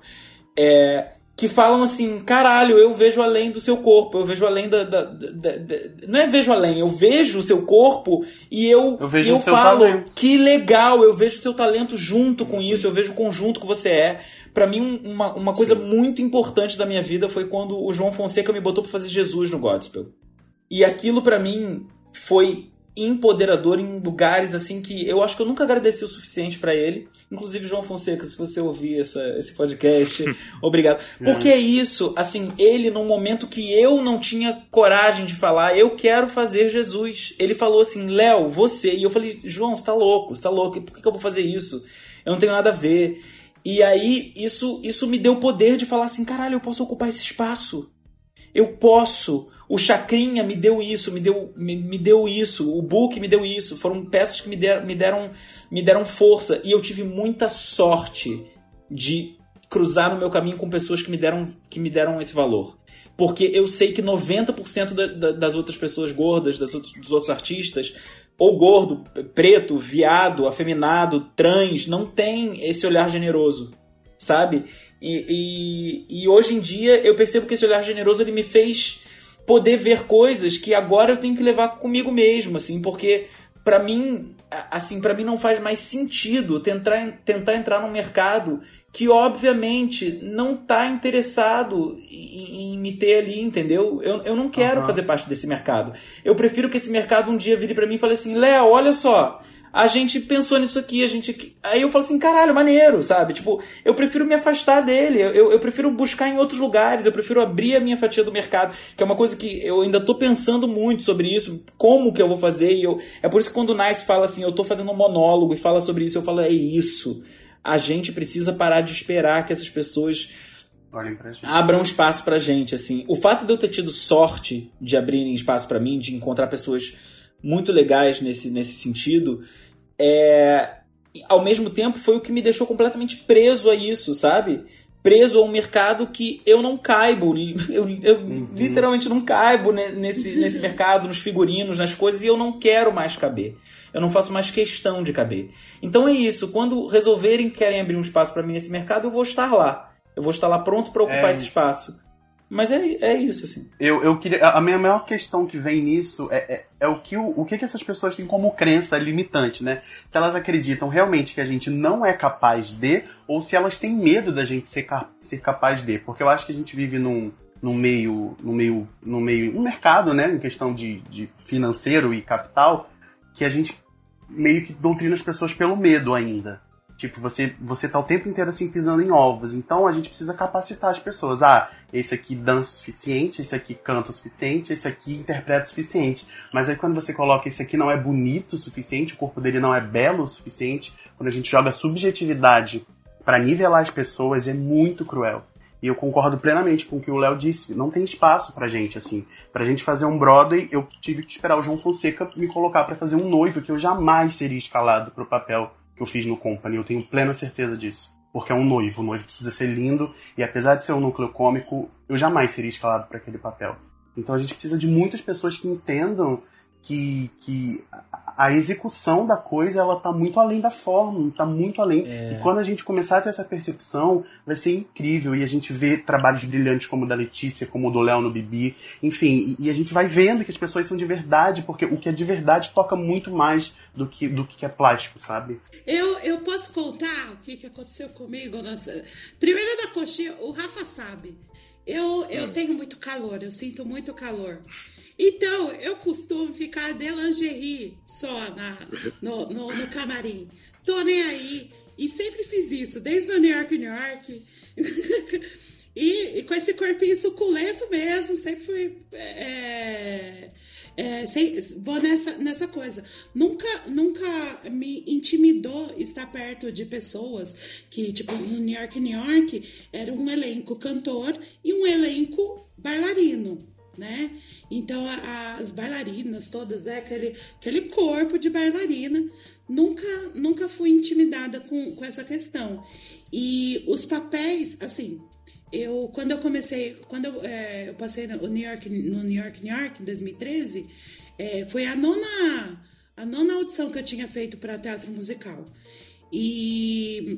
é, que falam assim, caralho, eu vejo além do seu corpo, eu vejo além da... da, da, da não é vejo além, eu vejo o seu corpo e eu, eu, vejo eu o seu falo, talento. Que legal, eu vejo o seu talento junto com isso, eu vejo o conjunto que você é. Pra mim, uma, uma coisa Sim. muito importante da minha vida foi quando o João Fonseca me botou pra fazer Jesus no Godspell. E aquilo pra mim foi empoderador em lugares assim que eu acho que eu nunca agradeci o suficiente pra ele. Inclusive, João Fonseca, se você ouvir essa, esse podcast, obrigado. Porque é isso, assim, ele num momento que eu não tinha coragem de falar, eu quero fazer Jesus. Ele falou assim, Léo, você. E eu falei, João, você tá louco, você tá louco, por que, que eu vou fazer isso? Eu não tenho nada a ver. E aí, isso, isso me deu o poder de falar assim, caralho, eu posso ocupar esse espaço. Eu posso. O Chacrinha me deu isso, me deu, me, me deu isso. O Book me deu isso. Foram peças que me deram, me, deram, me deram força. E eu tive muita sorte de cruzar no meu caminho com pessoas que me deram, que me deram esse valor. Porque eu sei que noventa por cento da, da, das outras pessoas gordas, das outros, dos outros artistas... ou gordo, preto, viado, afeminado, trans, não tem esse olhar generoso, sabe? E, e, e hoje em dia eu percebo que esse olhar generoso ele me fez poder ver coisas que agora eu tenho que levar comigo mesmo, assim, porque pra mim, assim, pra mim não faz mais sentido tentar, tentar entrar num mercado que obviamente não tá interessado em, em me ter ali, entendeu? Eu, eu não quero uhum. fazer parte desse mercado. Eu prefiro que esse mercado um dia vire pra mim e fale assim, Léo, olha só, a gente pensou nisso aqui, a gente... Aí eu falo assim, caralho, maneiro, sabe? Tipo, eu prefiro me afastar dele, eu, eu prefiro buscar em outros lugares, eu prefiro abrir a minha fatia do mercado, que é uma coisa que eu ainda tô pensando muito sobre isso, como que eu vou fazer, e eu... É por isso que quando o Nice fala assim, eu tô fazendo um monólogo e fala sobre isso, eu falo, é isso. A gente precisa parar de esperar que essas pessoas abram espaço pra gente, assim. O fato de eu ter tido sorte de abrirem espaço pra mim, de encontrar pessoas muito legais nesse, nesse sentido, é, ao mesmo tempo foi o que me deixou completamente preso a isso, sabe? Preso a um mercado que eu não caibo, eu, eu uhum. literalmente não caibo nesse, nesse mercado, nos figurinos, nas coisas, e eu não quero mais caber. Eu não faço mais questão de caber. Então é isso, quando resolverem que querem abrir um espaço para mim nesse mercado, eu vou estar lá. Eu vou estar lá pronto para ocupar é esse espaço. Mas é, é isso, assim. Eu, eu queria, a minha maior questão que vem nisso é, é, é o, que, o, o que, que essas pessoas têm como crença limitante, né? Se elas acreditam realmente que a gente não é capaz de, ou se elas têm medo da gente ser, ser capaz de. Porque eu acho que a gente vive num, num meio, num meio, num meio, um mercado, né? Em questão de, de financeiro e capital, que a gente meio que doutrina as pessoas pelo medo ainda. Tipo, você, você tá o tempo inteiro assim pisando em ovos. Então a gente precisa capacitar as pessoas. Ah, esse aqui dança o suficiente, esse aqui canta o suficiente, esse aqui interpreta o suficiente. Mas aí quando você coloca esse aqui não é bonito o suficiente, o corpo dele não é belo o suficiente, quando a gente joga subjetividade pra nivelar as pessoas, é muito cruel. E eu concordo plenamente com o que o Léo disse. Não tem espaço pra gente, assim. Pra gente fazer um Broadway, eu tive que esperar o João Fonseca me colocar pra fazer um noivo, que eu jamais seria escalado pro papel que eu fiz no Company, eu tenho plena certeza disso. Porque é um noivo, o noivo precisa ser lindo, e apesar de ser um núcleo cômico, eu jamais seria escalado para aquele papel. Então a gente precisa de muitas pessoas que entendam que, que a execução da coisa, ela tá muito além da forma, tá muito além. É. E quando a gente começar a ter essa percepção, vai ser incrível. E a gente vê trabalhos brilhantes como o da Letícia, como o do Léo no Bibi, enfim, e, e a gente vai vendo que as pessoas são de verdade, porque o que é de verdade toca muito mais do que, do que é plástico, sabe? Eu, eu posso contar o que, que aconteceu comigo? Nossa. Primeiro na coxinha, o Rafa sabe. Eu, eu hum. tenho muito calor, eu sinto muito calor. Então, eu costumo ficar de lingerie só na, no, no, no camarim. Tô nem aí. E sempre fiz isso, desde o New York, New York. e, e com esse corpinho suculento mesmo, sempre fui... É, é, sem, vou nessa, nessa coisa. Nunca, nunca me intimidou estar perto de pessoas que, tipo, no New York, New York, era um elenco cantor e um elenco bailarino, né? Então a, as bailarinas todas, né? aquele, aquele corpo de bailarina, nunca, nunca fui intimidada com, com essa questão. E os papéis, assim, eu quando eu comecei, quando eu, é, eu passei no New York, no New York, New York, em dois mil e treze, é, foi a nona, a nona audição que eu tinha feito para teatro musical. E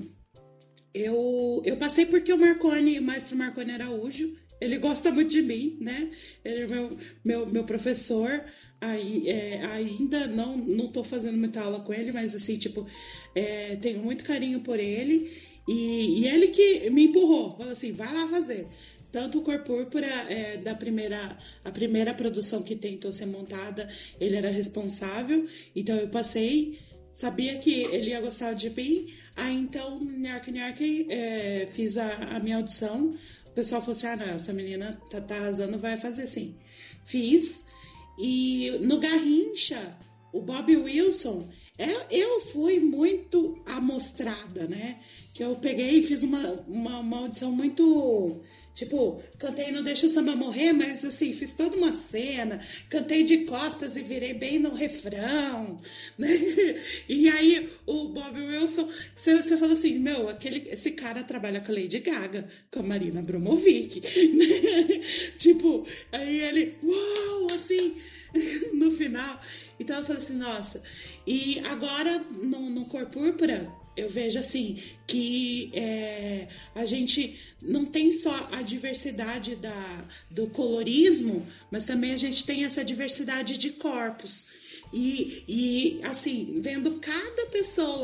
eu, eu passei porque o Marconi, o maestro Marconi Araújo, ele gosta muito de mim, né? Ele é meu, meu, meu professor. Aí, é, ainda não, não tô fazendo muita aula com ele, mas assim, tipo, é, tenho muito carinho por ele. E, e ele que me empurrou, falou assim, vai lá fazer. Tanto o Cor Púrpura, é, da primeira, a primeira produção que tentou ser montada, ele era responsável. Então eu passei, sabia que ele ia gostar de mim. Aí então, no New York, New York, é, fiz a, a minha audição. O pessoal falou assim, ah, não, essa menina tá, tá arrasando, vai fazer sim. Fiz. E no Garrincha, o Bob Wilson, eu, eu fui muito amostrada, né? Que eu peguei e fiz uma, uma, uma audição muito... Tipo, cantei Não Deixa o Samba Morrer, mas assim, fiz toda uma cena, cantei de costas e virei bem no refrão, né? E aí o Bob Wilson, você, você falou assim, meu, aquele, esse cara trabalha com a Lady Gaga, com a Marina Abramovic, né? Tipo, aí ele, uau, assim, no final. Então eu falei assim, nossa, e agora no, no Cor Púrpura, eu vejo assim, que é, a gente não tem só a diversidade da, do colorismo, mas também a gente tem essa diversidade de corpos. E, e assim, vendo cada pessoa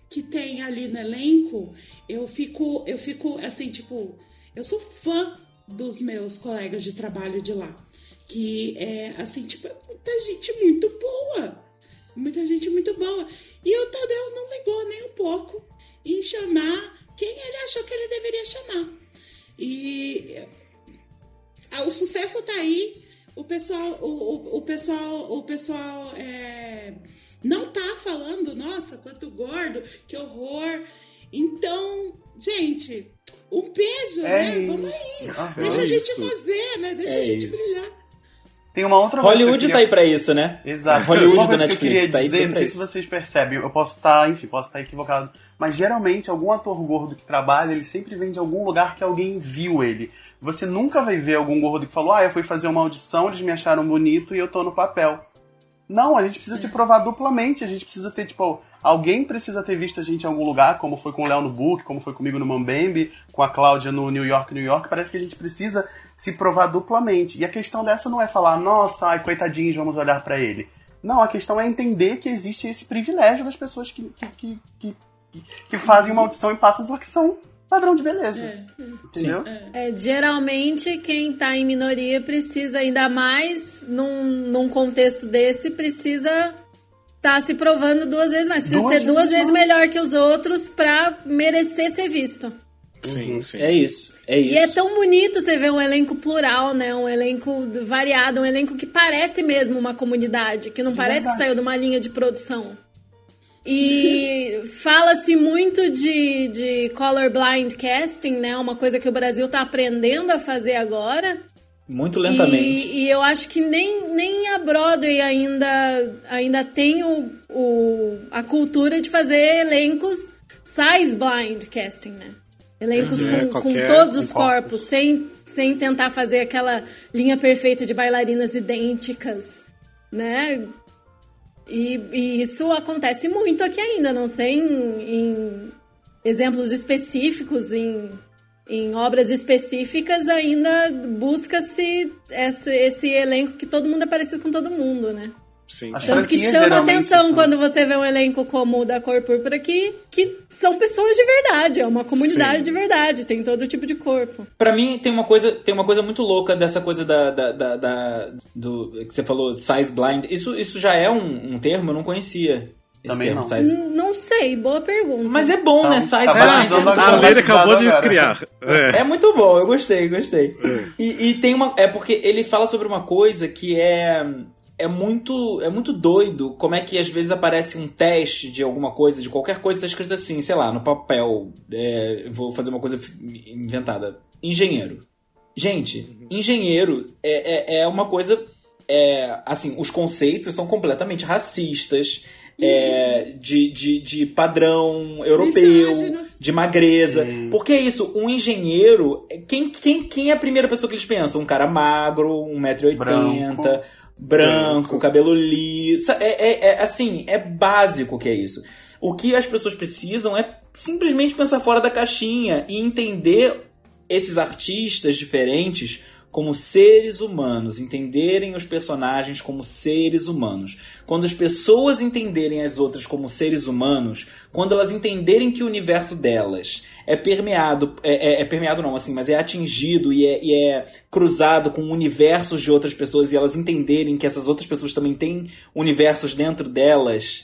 que tem ali no elenco, eu fico, eu fico assim, tipo, eu sou fã dos meus colegas de trabalho de lá. Que é, assim, tipo, muita gente muito boa. Muita gente muito boa. E o Tadeu não ligou nem um pouco em chamar quem ele achou que ele deveria chamar. E ah, o sucesso tá aí. O pessoal, o, o, o pessoal, o pessoal é, não tá falando, nossa, quanto gordo, que horror. Então, gente, um beijo, é né? Isso. Vamos aí. Ah, Deixa é a gente isso. fazer, né? Deixa É a gente isso. brilhar. Tem uma outra Hollywood coisa que eu tá queria... aí pra isso, né? Exato. Hollywood Uma da coisa que eu Netflix queria tá aí dizer, pra não sei isso. se vocês percebem, eu posso estar, enfim, posso estar equivocado, mas geralmente algum ator gordo que trabalha, ele sempre vem de algum lugar que alguém viu ele. Você nunca vai ver algum gordo que falou, ah, eu fui fazer uma audição, eles me acharam bonito e eu tô no papel. Não, a gente precisa se provar duplamente, a gente precisa ter, tipo, alguém precisa ter visto a gente em algum lugar, como foi com o Léo no Book, como foi comigo no Mambembe, com a Cláudia no New York, New York, parece que a gente precisa se provar duplamente. E a questão dessa não é falar, nossa, ai, coitadinhos, vamos olhar pra ele. Não, a questão é entender que existe esse privilégio das pessoas que, que, que, que, que fazem uma audição e passam porque são padrão de beleza. É. Entendeu? É, geralmente quem tá em minoria precisa, ainda mais num, num contexto desse, precisa tá se provando duas vezes mais. Precisa Duas ser duas vezes vezes mais. melhor que os outros pra merecer ser visto. Sim, sim. É isso, é isso. E é tão bonito você ver um elenco plural, né? Um elenco variado, um elenco que parece mesmo uma comunidade, que não De parece verdade. que saiu de uma linha de produção. E fala-se muito de, de colorblind casting, né? Uma coisa que o Brasil tá aprendendo a fazer agora. Muito lentamente. E, e eu acho que nem, nem a Broadway ainda, ainda tem o, o, a cultura de fazer elencos size blind casting, né? Elencos Uhum. É, com, com qualquer- todos os com corpos. corpos, sem, sem tentar fazer aquela linha perfeita de bailarinas idênticas, né? E, e isso acontece muito aqui ainda, não sei em, em exemplos específicos, em, em obras específicas, ainda busca-se esse, esse elenco que todo mundo é parecido com todo mundo, né? Sim. Acho Tanto que franquias, chama geralmente, atenção são- quando você vê um elenco como o da Cor Púrpura que, que são pessoas de verdade, é uma comunidade Sim. de verdade, tem todo tipo de corpo. Pra mim, tem uma coisa, tem uma coisa muito louca dessa coisa da, da, da, da- do que você falou, size blind. Isso, isso já é um, um termo, eu não conhecia. Esse Também termo, não. size. N- Não sei, boa pergunta. Mas é bom, Então, né? Size tá blind. batizando é agora. A muito- Leila acabou de Agora. criar. É. É muito bom, eu gostei, gostei. E, e tem uma. É porque ele fala sobre uma coisa que é. É muito, é muito doido como é que às vezes aparece um teste de alguma coisa, de qualquer coisa, tá escrito assim, sei lá, no papel. É, vou fazer uma coisa inventada. Engenheiro. Gente, engenheiro é, é, é uma coisa. É, assim, os conceitos são completamente racistas. É, de, de, de padrão europeu, Misóginos. de magreza. Porque é isso, um engenheiro. Quem, quem, quem é a primeira pessoa que eles pensam? Um cara magro, um metro e oitenta, Branco. branco, cabelo liso. É, é, é assim, é básico que é isso. O que as pessoas precisam é simplesmente pensar fora da caixinha e entender esses artistas diferentes como seres humanos, entenderem os personagens como seres humanos. Quando as pessoas entenderem as outras como seres humanos, quando elas entenderem que o universo delas é permeado, é, é, é permeado não, assim, mas é atingido e é, e é cruzado com universos de outras pessoas e elas entenderem que essas outras pessoas também têm universos dentro delas,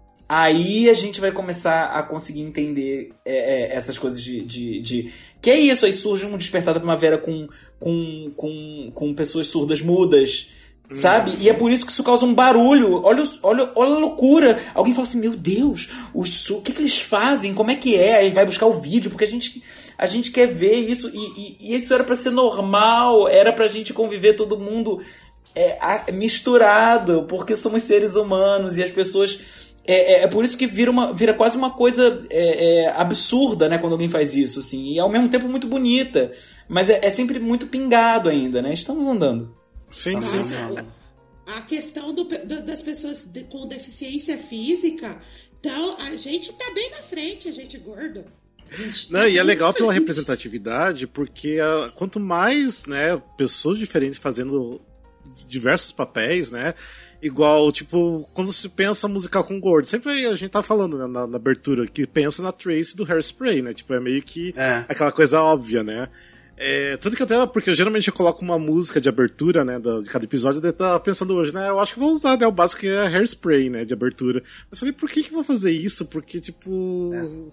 aí a gente vai começar a conseguir entender é, é, essas coisas de, de, de... Que é isso, aí surge um Despertar da Primavera com, com, com, com pessoas surdas mudas, sabe? Uhum. E é por isso que isso causa um barulho. Olha, olha, olha a loucura. Alguém fala assim, meu Deus, os, o que, que eles fazem? Como é que é? Aí vai buscar o vídeo, porque a gente, a gente quer ver isso. E, e, e isso era pra ser normal, era pra gente conviver todo mundo é, misturado, porque somos seres humanos e as pessoas... É, é, é por isso que vira, uma, vira quase uma coisa é, é, absurda, né, quando alguém faz isso, assim, e ao mesmo tempo muito bonita, mas é, é sempre muito pingado ainda, né? Estamos andando. Sim, Nossa, sim. a questão do, do, das pessoas de, com deficiência física, então a gente tá bem na frente, a gente gordo. A gente tá Não, e é bem legal na pela frente. representatividade, porque ah, quanto mais, né, pessoas diferentes fazendo diversos papéis, né? Igual, tipo, quando se pensa musical com gordo, sempre a gente tá falando, né, na, na abertura, que pensa na Tracy do Hairspray, né? Tipo, é meio que É. aquela coisa óbvia, né? É, tanto que até, porque eu geralmente eu coloco uma música de abertura, né, da- de cada episódio, eu tava pensando hoje, né, eu acho que vou usar, né, o básico que é Hairspray, né, de abertura. Mas falei, por que que eu vou fazer isso? Porque, tipo...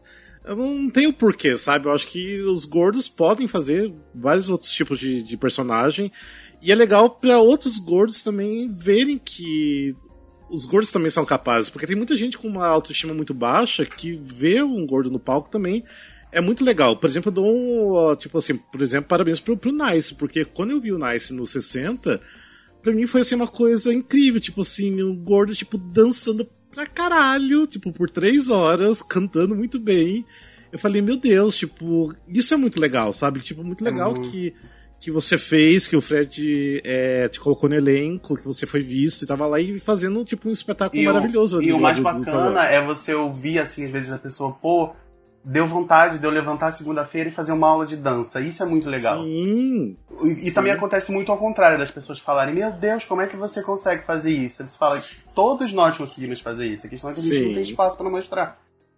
Eu não tenho porquê, sabe? Eu acho que os gordos podem fazer vários outros tipos de, de personagem. E é legal pra outros gordos também verem que os gordos também são capazes. Porque tem muita gente com uma autoestima muito baixa que vê um gordo no palco também. É muito legal. Por exemplo, eu dou um, ó, tipo assim, por exemplo, parabéns pro, pro Nice. Porque quando eu vi o Nice no sessenta, pra mim foi assim uma coisa incrível. Tipo assim, um gordo tipo dançando pra caralho, tipo, por três horas, cantando muito bem. Eu falei, meu Deus, tipo, isso é muito legal, sabe? Tipo, muito legal Uhum. que, que você fez, que o Fred é, te colocou no elenco, que você foi visto e tava lá e fazendo, tipo, um espetáculo E maravilhoso. O, ali e o lá mais do- do bacana talento. é você ouvir, assim, às vezes, a pessoa, pô, deu vontade de eu levantar segunda-feira e fazer uma aula de dança. Isso é muito legal. Sim. E, e Sim. também acontece muito ao contrário, das pessoas falarem, meu Deus, como é que você consegue fazer isso? Eles falam que todos nós conseguimos fazer isso. A questão é que a gente Sim. não tem espaço pra mostrar.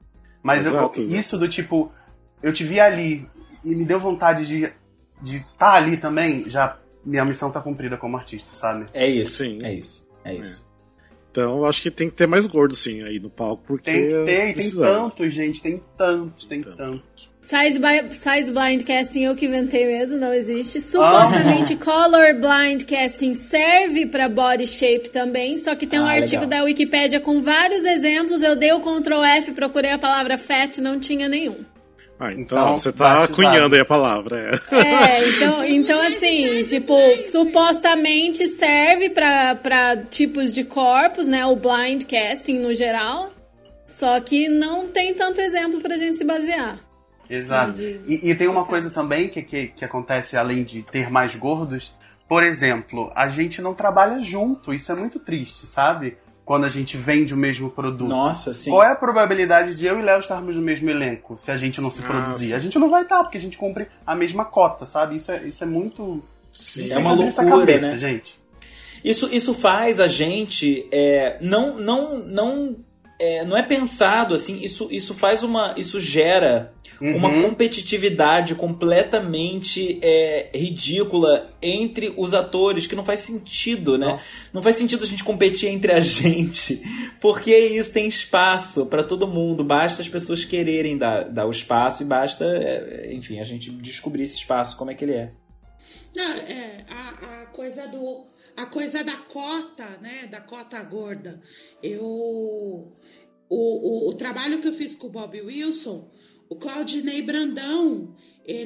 Mas eu- Exato, exato. isso do tipo, eu te vi ali e me deu vontade de de estar ali também, já minha missão tá cumprida como artista, sabe? É isso, Sim. é isso, é isso. Então eu acho que tem que ter mais gordo, sim, aí no palco, porque... Tem que ter, e tem precisamos. tantos, gente, tem tantos, tem tantos. Size, by, size Blind Casting eu que inventei mesmo, não existe. Supostamente Color Blind Casting serve pra body shape também, só que tem um Ah, artigo legal. da Wikipédia com vários exemplos. Eu dei o control F, procurei a palavra fat, não tinha nenhum. Ah, então, Então, você tá batizado. cunhando aí a palavra, é. É, então, então assim, tipo, supostamente serve pra, pra tipos de corpos, né? O blind casting no geral. Só que não tem tanto exemplo pra gente se basear. Exato. De- E, e tem uma coisa também que, que, que acontece além de ter mais gordos. Por exemplo, a gente não trabalha junto. Isso é muito triste, sabe? Quando a gente vende o mesmo produto. Nossa, sim. Qual é a probabilidade de eu e Léo estarmos no mesmo elenco se a gente não se Ah, produzir? sim. A gente não vai estar, porque a gente cumpre a mesma cota, sabe? Isso é, isso é muito... Sim. a gente É tem uma que abrir essa loucura, cabeça, né? gente. Isso, isso faz a gente é, não não não é, não é pensado assim. Isso isso faz uma isso gera Uhum. uma competitividade completamente é, ridícula entre os atores, que não faz sentido, né? Não. Não faz sentido a gente competir entre a gente, porque é isso, tem espaço para todo mundo. Basta as pessoas quererem dar, dar o espaço e basta, é, enfim, a gente descobrir esse espaço, como é que ele é. Não, é, a, a coisa do. A coisa da cota, né? Da cota gorda. Eu. O, o, o trabalho que eu fiz com o Bob Wilson, o Claudinei Brandão,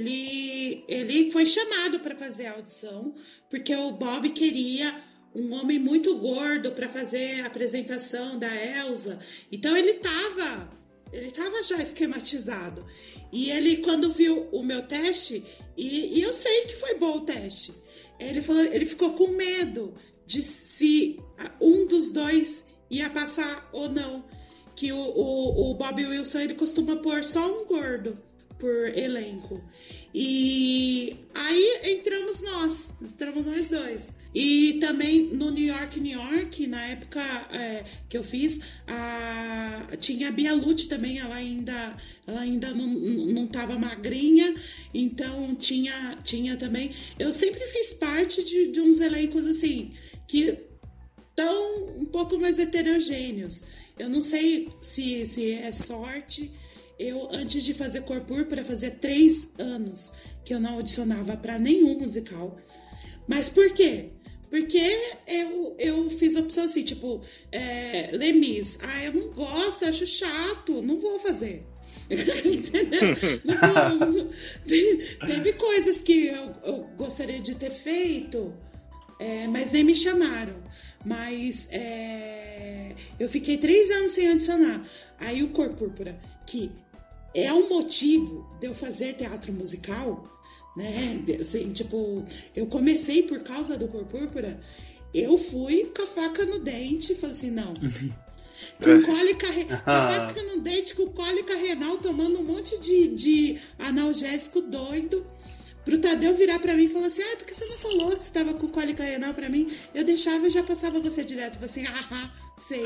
ele, ele foi chamado para fazer a audição, porque o Bob queria um homem muito gordo para fazer a apresentação da Elsa. Então ele tava. Ele tava já esquematizado. E ele, quando viu o meu teste, e, e eu sei que foi bom o teste, ele, falou, ele ficou com medo de se um dos dois ia passar ou não. Que o, o, o Bob Wilson, ele costuma pôr só um gordo por elenco. E aí entramos nós, entramos nós dois. E também no New York, New York, na época é, que eu fiz, a, tinha a Bia Lute também, ela ainda, ela ainda não, não tava magrinha, então tinha, tinha também. Eu sempre fiz parte de, de uns elencos assim, que estão um pouco mais heterogêneos. Eu não sei se, se é sorte. Eu, antes de fazer Cor Púrpura, fazia três anos que eu não audicionava para nenhum musical. Mas por quê? Porque eu, eu fiz a opção assim, tipo, é, Lemis. Ah, eu não gosto, eu acho chato, não vou fazer. Entendeu? Não vou, não, teve coisas que eu, eu gostaria de ter feito, é, mas nem me chamaram. Mas é, eu fiquei três anos sem audicionar. Aí o Cor Púrpura, que é um motivo de eu fazer teatro musical, né? Assim, tipo, eu comecei por causa do Cor Púrpura, eu fui com a faca no dente e falei assim, não. Com cólica, re... com a faca no dente, com cólica renal, tomando um monte de, de analgésico doido pro Tadeu virar pra mim e falar assim, ah, por que você não falou que você tava com cólica renal pra mim? Eu deixava e já passava você direto. Eu falei assim, ah, sei.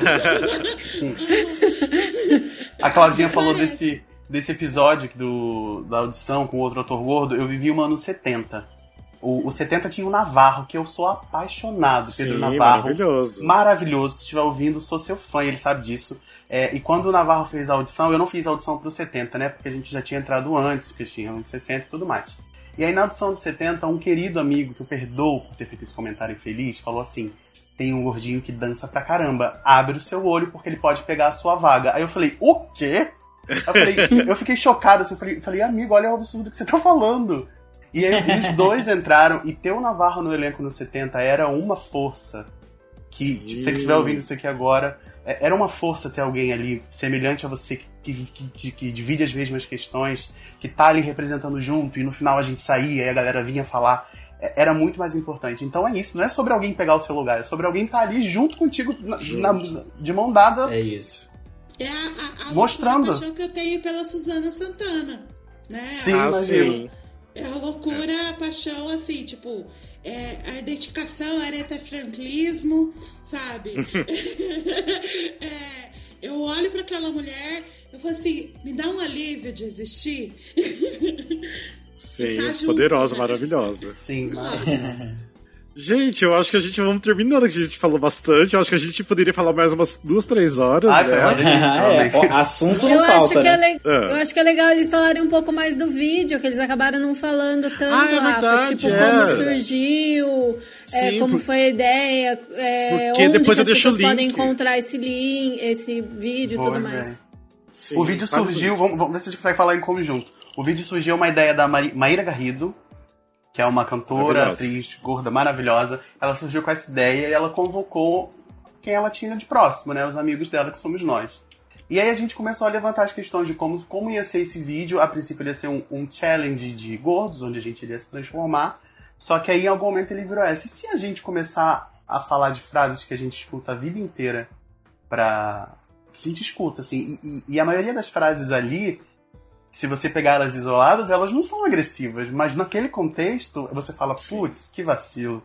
A Claudinha falou desse, desse episódio do, da audição com outro ator gordo. Eu vivi um ano setenta. O, o setenta tinha o Navarro, que eu sou apaixonado. Pedro Sim, Navarro. maravilhoso. Maravilhoso. Se estiver ouvindo, sou seu fã, ele sabe disso. É, e quando o Navarro fez a audição, eu não fiz a audição pro setenta, né? Porque a gente já tinha entrado antes, porque tinha uns sessenta e tudo mais. E aí na audição do setenta, um querido amigo, que eu perdoo por ter feito esse comentário infeliz, falou assim, tem um gordinho que dança pra caramba, abre o seu olho porque ele pode pegar a sua vaga. Aí eu falei, o quê? Eu, falei, eu fiquei chocado, assim, eu falei, falei, amigo, olha o absurdo que você tá falando. E aí os dois entraram, e ter o Navarro no elenco no setenta era uma força. Que, tipo, se você estiver ouvindo isso aqui agora, era uma força ter alguém ali semelhante a você, que, que, que, que divide as mesmas questões, que tá ali representando junto, e no final a gente saía e a galera vinha falar. Era muito mais importante. Então é isso, não é sobre alguém pegar o seu lugar, é sobre alguém estar tá ali junto contigo, na, na, de mão dada. É isso. É a, a, a mostrando. paixão que eu tenho pela Susana Santana, né? Sim, ah, sim. É a loucura, a paixão, assim, tipo, é, a identificação, aretha franklismo, sabe? é, eu olho para aquela mulher, eu falo assim, me dá um alívio de existir. Sim, tá junto, poderosa, né? maravilhosa. Sim, Nossa. Gente, eu acho que a gente vamos terminando, que a gente falou bastante. Eu acho que a gente poderia falar mais umas duas, três horas. Ai, né? foi uma delícia, é, ó, assunto Eu não acho, falta, que é né? le- É. eu acho que é legal eles falarem um pouco mais do vídeo, que eles acabaram não falando tanto, Ah, é Rafa. verdade, Tipo, é. como surgiu, é, Sim, como por- foi a ideia, é, Porque onde depois que eu as deixo o pessoas podem link. encontrar esse link, esse vídeo e Boa tudo ideia. mais. Sim, O vídeo fala surgiu, tudo. vamos, vamos ver se a gente consegue falar em conjunto. O vídeo surgiu uma ideia da Mari- Maíra Garrido, que é uma cantora, Maravilhosa. atriz gorda, maravilhosa. Ela surgiu com essa ideia e ela convocou quem ela tinha de próximo, né? Os amigos dela, que somos nós. E aí a gente começou a levantar as questões de como, como ia ser esse vídeo. A princípio ele ia ser um, um challenge de gordos, onde a gente iria se transformar. Só que aí em algum momento ele virou essa. E se a gente começar a falar de frases que a gente escuta a vida inteira pra... que a gente escuta, assim. E, e, e a maioria das frases ali, se você pegar elas isoladas, elas não são agressivas. Mas naquele contexto, você fala, putz, que vacilo.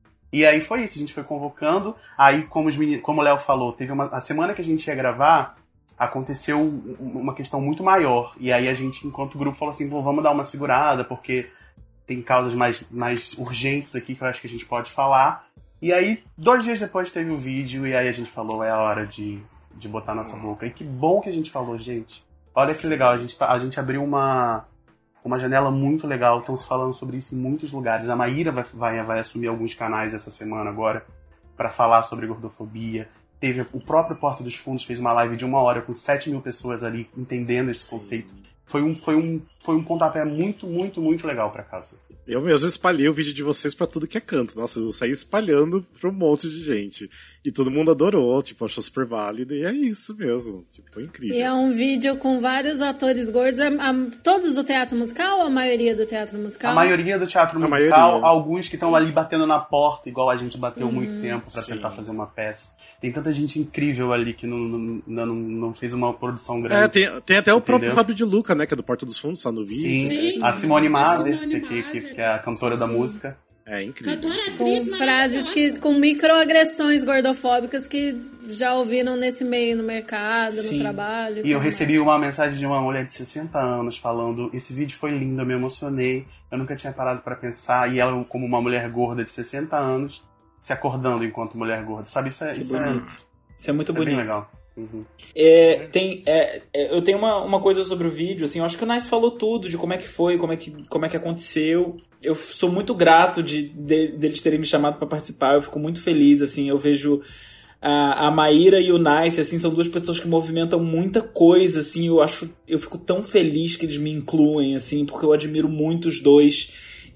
E aí foi isso, a gente foi convocando. Aí, como, os meninos, como o Léo falou, teve uma, a semana que a gente ia gravar, aconteceu uma questão muito maior. E aí a gente, enquanto grupo, falou assim, vamos dar uma segurada, porque tem causas mais, mais urgentes aqui que eu acho que a gente pode falar. E aí, dois dias depois teve o vídeo, e aí a gente falou, é a hora de, de botar nossa boca. E que bom que a gente falou, gente. Olha que legal, a gente, tá, a gente abriu uma, uma janela muito legal, estão se falando sobre isso em muitos lugares. A Maíra vai, vai, vai assumir alguns canais essa semana agora para falar sobre gordofobia. Teve o próprio Porta dos Fundos, fez uma live de uma hora com sete mil pessoas ali entendendo esse conceito. Foi um, foi um, foi um pontapé muito, muito, muito legal pra casa. Eu mesmo espalhei o vídeo de vocês pra tudo que é canto. Nossa, eu saí espalhando pra um monte de gente. E todo mundo adorou, tipo, achou super válido. E é isso mesmo. Tipo, foi incrível. E é um vídeo com vários atores gordos. A, a, todos do teatro musical ou a maioria do teatro musical? A maioria do teatro A musical, maioria. alguns que estão ali batendo na porta, igual a gente bateu Hum, muito tempo pra sim. tentar fazer uma peça. Tem tanta gente incrível ali que não, não, não, não fez uma produção grande. É, tem, tem até o próprio Entendeu? Fábio de Luca, né? Que é do Porta dos Fundos, tá no vídeo. Sim, Sim. a Simone Mazer, Simone que, que, Mazer. que é a cantora da música. É incrível. Cantora, Com atriz, frases que, com microagressões gordofóbicas que já ouviram nesse meio, no mercado, Sim. no trabalho. E eu tudo recebi mais. uma mensagem de uma mulher de sessenta anos falando: esse vídeo foi lindo, eu me emocionei, eu nunca tinha parado pra pensar. E ela, como uma mulher gorda de sessenta anos, se acordando enquanto mulher gorda. Sabe, isso é, Que isso é, bonito. Isso é muito isso é bem bonito. legal. Uhum. É, tem, é, é, eu tenho uma, uma coisa sobre o vídeo, assim, eu acho que o Nice falou tudo, de como é que foi, como é que, como é que aconteceu. Eu sou muito grato de, de deles terem me chamado para participar, eu fico muito feliz, assim, eu vejo a, a Maíra e o Nice, assim, são duas pessoas que movimentam muita coisa, assim, eu acho, eu fico tão feliz que eles me incluem, assim, porque eu admiro muito os dois.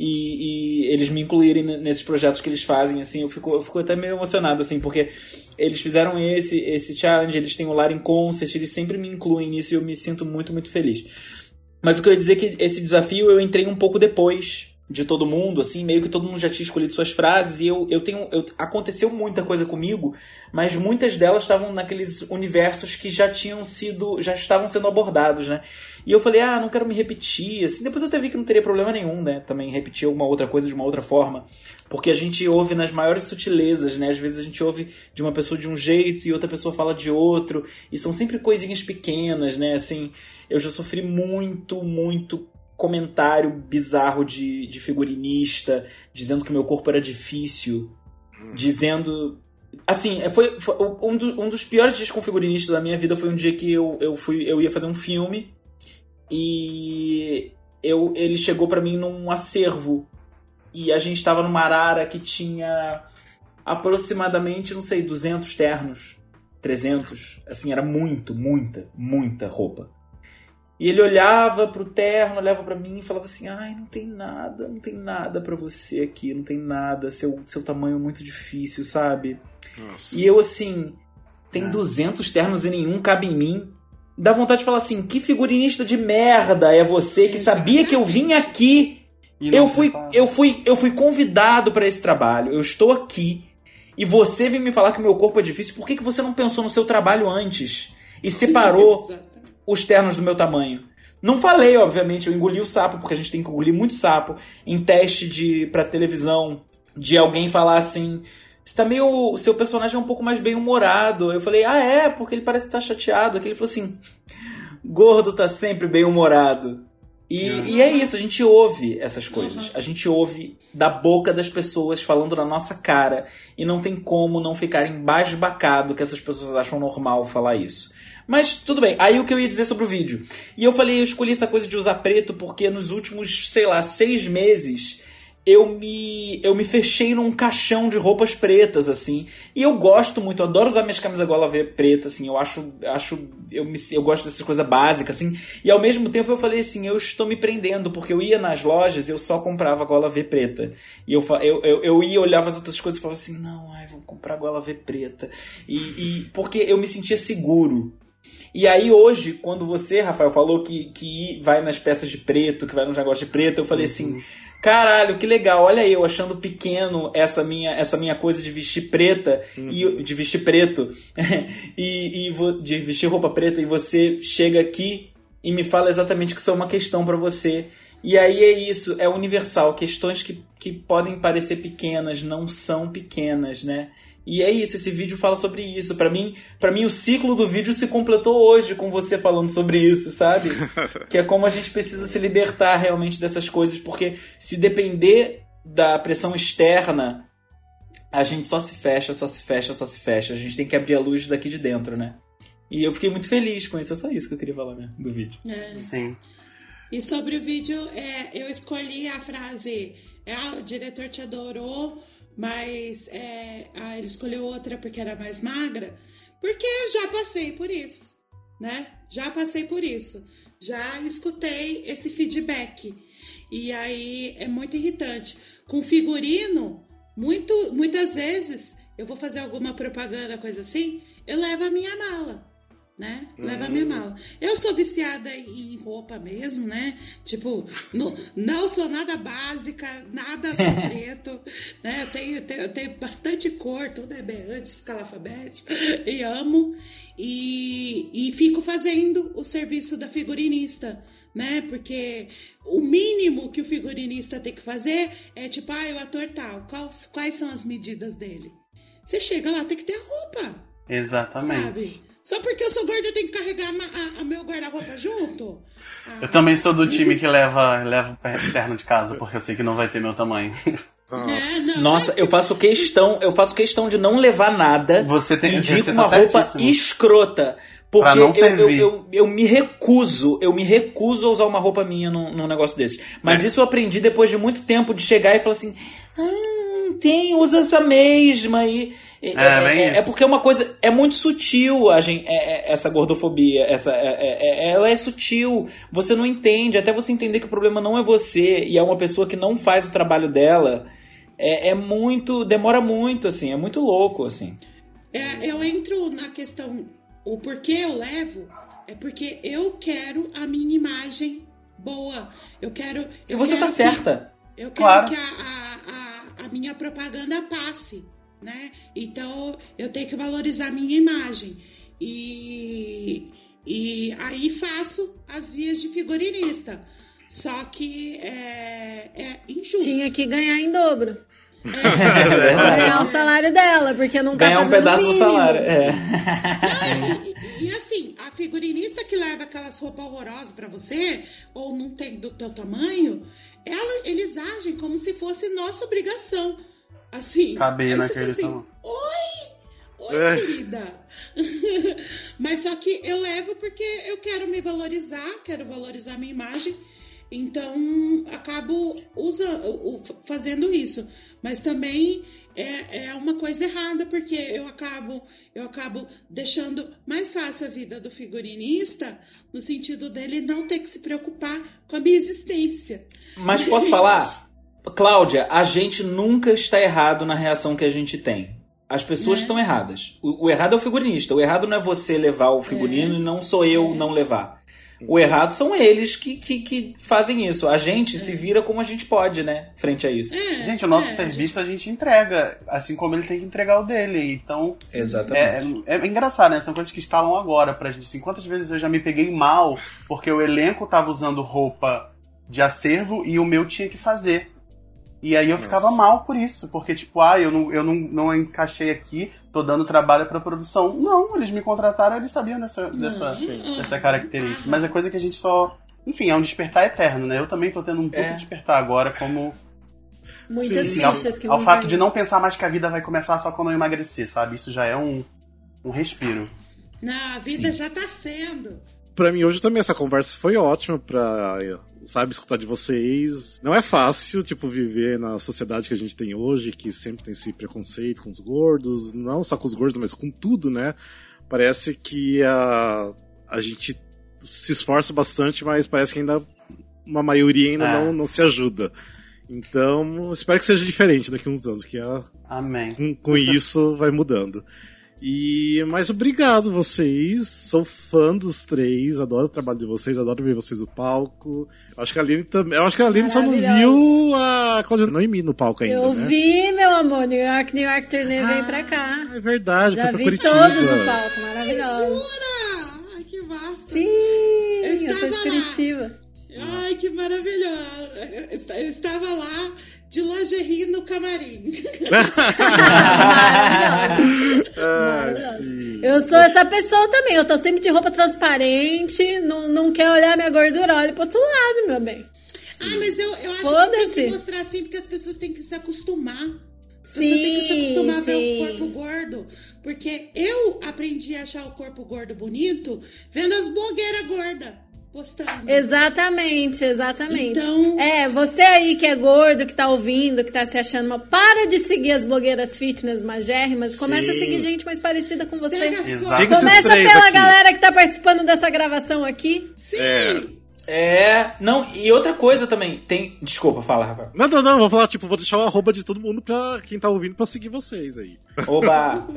E, e eles me incluírem nesses projetos que eles fazem, assim, eu fico, eu fico até meio emocionado, assim, porque eles fizeram esse, esse challenge, eles têm o Lar em Concert, eles sempre me incluem nisso e eu me sinto muito, muito feliz. Mas o que eu ia dizer é que esse desafio eu entrei um pouco depois, de todo mundo, assim, meio que todo mundo já tinha escolhido suas frases, e eu, eu tenho... Eu, aconteceu muita coisa comigo, mas muitas delas estavam naqueles universos que já tinham sido... já estavam sendo abordados, né? E eu falei, ah, não quero me repetir, assim, depois eu até vi que não teria problema nenhum, né? Também repetir alguma outra coisa de uma outra forma, porque a gente ouve nas maiores sutilezas, né? Às vezes a gente ouve de uma pessoa de um jeito e outra pessoa fala de outro, e são sempre coisinhas pequenas, né? Assim, eu já sofri muito, muito comentário bizarro de, de figurinista, dizendo que meu corpo era difícil, hum. dizendo... Assim, foi, foi um, do, um dos piores dias com figurinista da minha vida foi um dia que eu, eu, fui, eu ia fazer um filme e eu, ele chegou pra mim num acervo e a gente tava numa arara que tinha aproximadamente, não sei, duzentos ternos, trezentos, assim, era muito, muita, muita roupa. E ele olhava pro terno, olhava pra mim e falava assim, ai, não tem nada, não tem nada pra você aqui, não tem nada, seu, seu tamanho é muito difícil, sabe? Nossa. E eu assim, tem é. duzentos ternos e nenhum cabe em mim. Dá vontade de falar assim, que figurinista de merda é você que sabia que eu vim aqui. Eu fui, eu, fui, eu fui convidado pra esse trabalho, eu estou aqui, e você vem me falar que o meu corpo é difícil, por que, que você não pensou no seu trabalho antes? E separou os ternos do meu tamanho. Não falei, obviamente, eu engoli o sapo, porque a gente tem que engolir muito sapo em teste de, pra televisão, de alguém falar assim, você tá meio, o seu personagem é um pouco mais bem-humorado. Eu falei, ah é? Porque ele parece estar chateado. Aqui ele falou assim, gordo tá sempre bem-humorado. E, uhum. e é isso, a gente ouve essas coisas. Uhum. A gente ouve da boca das pessoas falando na nossa cara, e não tem como não ficar embasbacado que essas pessoas acham normal falar isso. Mas tudo bem, aí o que eu ia dizer sobre o vídeo. E eu falei, eu escolhi essa coisa de usar preto porque nos últimos, sei lá, seis meses eu me, eu me fechei num caixão de roupas pretas, assim. E eu gosto muito, eu adoro usar minhas camisas gola V preta, assim. Eu acho, acho eu, me, eu gosto dessas coisas básicas, assim. E ao mesmo tempo eu falei assim, eu estou me prendendo, porque eu ia nas lojas e eu só comprava gola V preta. E eu, eu, eu, eu ia, olhava as outras coisas e falava assim, não, ai, vou comprar gola V preta. E, e, porque eu me sentia seguro. E aí hoje, quando você, Rafael, falou que, que vai nas peças de preto, que vai nos negócios de preto, eu falei assim, caralho, que legal, olha eu achando pequeno essa minha, essa minha coisa de vestir preta, uhum. e, de vestir preto, e, e de vestir roupa preta, e você chega aqui e me fala exatamente que isso é uma questão pra você. E aí é isso, é universal, questões que, que podem parecer pequenas, não são pequenas, né? E é isso, esse vídeo fala sobre isso. Pra mim, pra mim, o ciclo do vídeo se completou hoje com você falando sobre isso, sabe? Que é como a gente precisa se libertar realmente dessas coisas, porque se depender da pressão externa, a gente só se fecha, só se fecha, só se fecha. A gente tem que abrir a luz daqui de dentro, né? E eu fiquei muito feliz com isso, é só isso que eu queria falar, né, do vídeo. É. Sim. E sobre o vídeo, é, eu escolhi a frase, ah, o diretor te adorou, mas é, ah, ele escolheu outra porque era mais magra, porque eu já passei por isso, né? Já passei por isso. Já escutei esse feedback. E aí é muito irritante. Com figurino, muito, muitas vezes, eu vou fazer alguma propaganda, coisa assim, eu levo a minha mala. Né? Leva a minha mala. Eu sou viciada em roupa mesmo, né? Tipo, não, não sou nada básica, nada só preto, né? Eu tenho, tenho, eu tenho bastante cor, tudo é berrante, escalafabético, e amo. E, e fico fazendo o serviço da figurinista, né? Porque o mínimo que o figurinista tem que fazer é tipo, ah, o ator tal, quais, quais são as medidas dele? Você chega lá, tem que ter a roupa. Exatamente. Sabe? Só porque eu sou gorda eu tenho que carregar a, a, a meu guarda-roupa junto? Ah. Eu também sou do time que leva, leva o terno de casa, porque eu sei que não vai ter meu tamanho. Nossa, é, não, Nossa eu faço questão, eu faço questão de não levar nada. Você tem, e você digo tá uma certíssimo. roupa escrota. Porque pra não eu, eu, eu, eu me recuso, eu me recuso a usar uma roupa minha num, num negócio desse. Mas é. isso eu aprendi depois de muito tempo de chegar e falar assim, ah, tem, usa essa mesma aí. É, é, é, é porque é uma coisa, é muito sutil a gente, é, é, essa gordofobia, essa, é, é, ela é sutil, você não entende, até você entender que o problema não é você e é uma pessoa que não faz o trabalho dela, é, é muito, demora muito, assim, é muito louco, assim. É, eu entro na questão, o porquê eu levo, é porque eu quero a minha imagem boa, eu quero... Eu e você quero tá certa. Eu quero Claro. que a, a, a, a minha propaganda passe, né? Então, eu tenho que valorizar a minha imagem. E, e aí faço as vias de figurinista. Só que é, é injusto. Tinha que ganhar em dobro. É, Ganhar o salário dela, porque não tá Ganhar um fazendo pedaço do mínimo. salário. É. E, e- e assim, a figurinista que leva aquelas roupas horrorosas pra você, ou não tem do teu tamanho, ela, eles agem como se fosse nossa obrigação. Assim, Caber aí você naquele fala assim, tamanho. Oi! Oi, É. querida! Mas só que eu levo porque eu quero me valorizar, quero valorizar minha imagem. Então, acabo usa, o- fazendo isso. Mas também é, é uma coisa errada, porque eu acabo, eu acabo deixando mais fácil a vida do figurinista, no sentido dele não ter que se preocupar com a minha existência. Mas posso falar? Cláudia, a gente nunca está errado na reação que a gente tem. As pessoas É. estão erradas. O, o errado é o figurinista. O errado não é você levar o figurino É. e não sou eu É. não levar. O errado são eles que, que, que fazem isso. A gente se vira como a gente pode, né? Frente a isso. É, Gente, o nosso é, a serviço a gente entrega, assim como ele tem que entregar o dele. Então, Exatamente. é, é, é engraçado, né? São coisas que instalam agora pra gente. Assim, quantas vezes eu já me peguei mal porque o elenco tava usando roupa de acervo e o meu tinha que fazer. E aí eu ficava Nossa. mal por isso, porque tipo, ah, eu não, eu não, não encaixei aqui, tô dando trabalho pra produção. Não, eles me contrataram, eles sabiam dessa, dessa, Sim. dessa característica. Mas é coisa que a gente só... Enfim, é um despertar eterno, né? Eu também tô tendo um pouco É. de despertar agora, como... Muitas Sim, fichas que ao vão fato cair. de não pensar mais que a vida vai começar só quando eu emagrecer, sabe? Isso já é um, um respiro. Não, a vida Sim. já tá sendo. Pra mim hoje também essa conversa foi ótima pra, sabe, escutar de vocês. Não é fácil, tipo, viver na sociedade que a gente tem hoje, que sempre tem esse preconceito com os gordos, não só com os gordos, mas com tudo, né? Parece que a, a gente se esforça bastante, mas parece que ainda uma maioria ainda É. não, não se ajuda. Então, espero que seja diferente daqui a uns anos, que a, Amém. com, com isso vai mudando. E, mas obrigado vocês, sou fã dos três, adoro o trabalho de vocês, adoro ver vocês no palco. Acho que a Aline também, eu acho que a Aline só não viu a Claudia Noemi no palco ainda, Eu né? vi, meu amor, New York, New York Turnê vem pra cá. É verdade, Já foi pra vi Curitiba. todos no palco, maravilhosos. Jura? Ai, que massa. Sim, eu sou estava de lá. Curitiba. Ai, que maravilhoso. Eu esta- eu estava lá de lingerie no camarim. Ah, Maravilhosa. sim. Eu sou essa pessoa também, eu tô sempre de roupa transparente, não, não quer olhar minha gordura, olha pro outro lado, meu bem. Ah, mas eu, eu acho que Foda-se. tem que mostrar assim, porque as pessoas têm que se acostumar. Você Sim, tem que se acostumar a ver sim. o corpo gordo. Porque eu aprendi a achar o corpo gordo bonito vendo as blogueiras gordas postando. Exatamente, exatamente. Então- É, você aí que é gordo, que tá ouvindo, que tá se achando mal, para de seguir as blogueiras fitness magérrimas, começa a Sim. seguir gente mais parecida com você. Segue as Exato. coisas. Siga esses Começa três pela aqui. galera que tá participando dessa gravação aqui. Sim. É. É, não, e outra coisa também, tem... Desculpa, fala, Rafael. Não, não, não, vou falar, tipo, vou deixar o arroba de todo mundo pra quem tá ouvindo pra seguir vocês aí. Oba!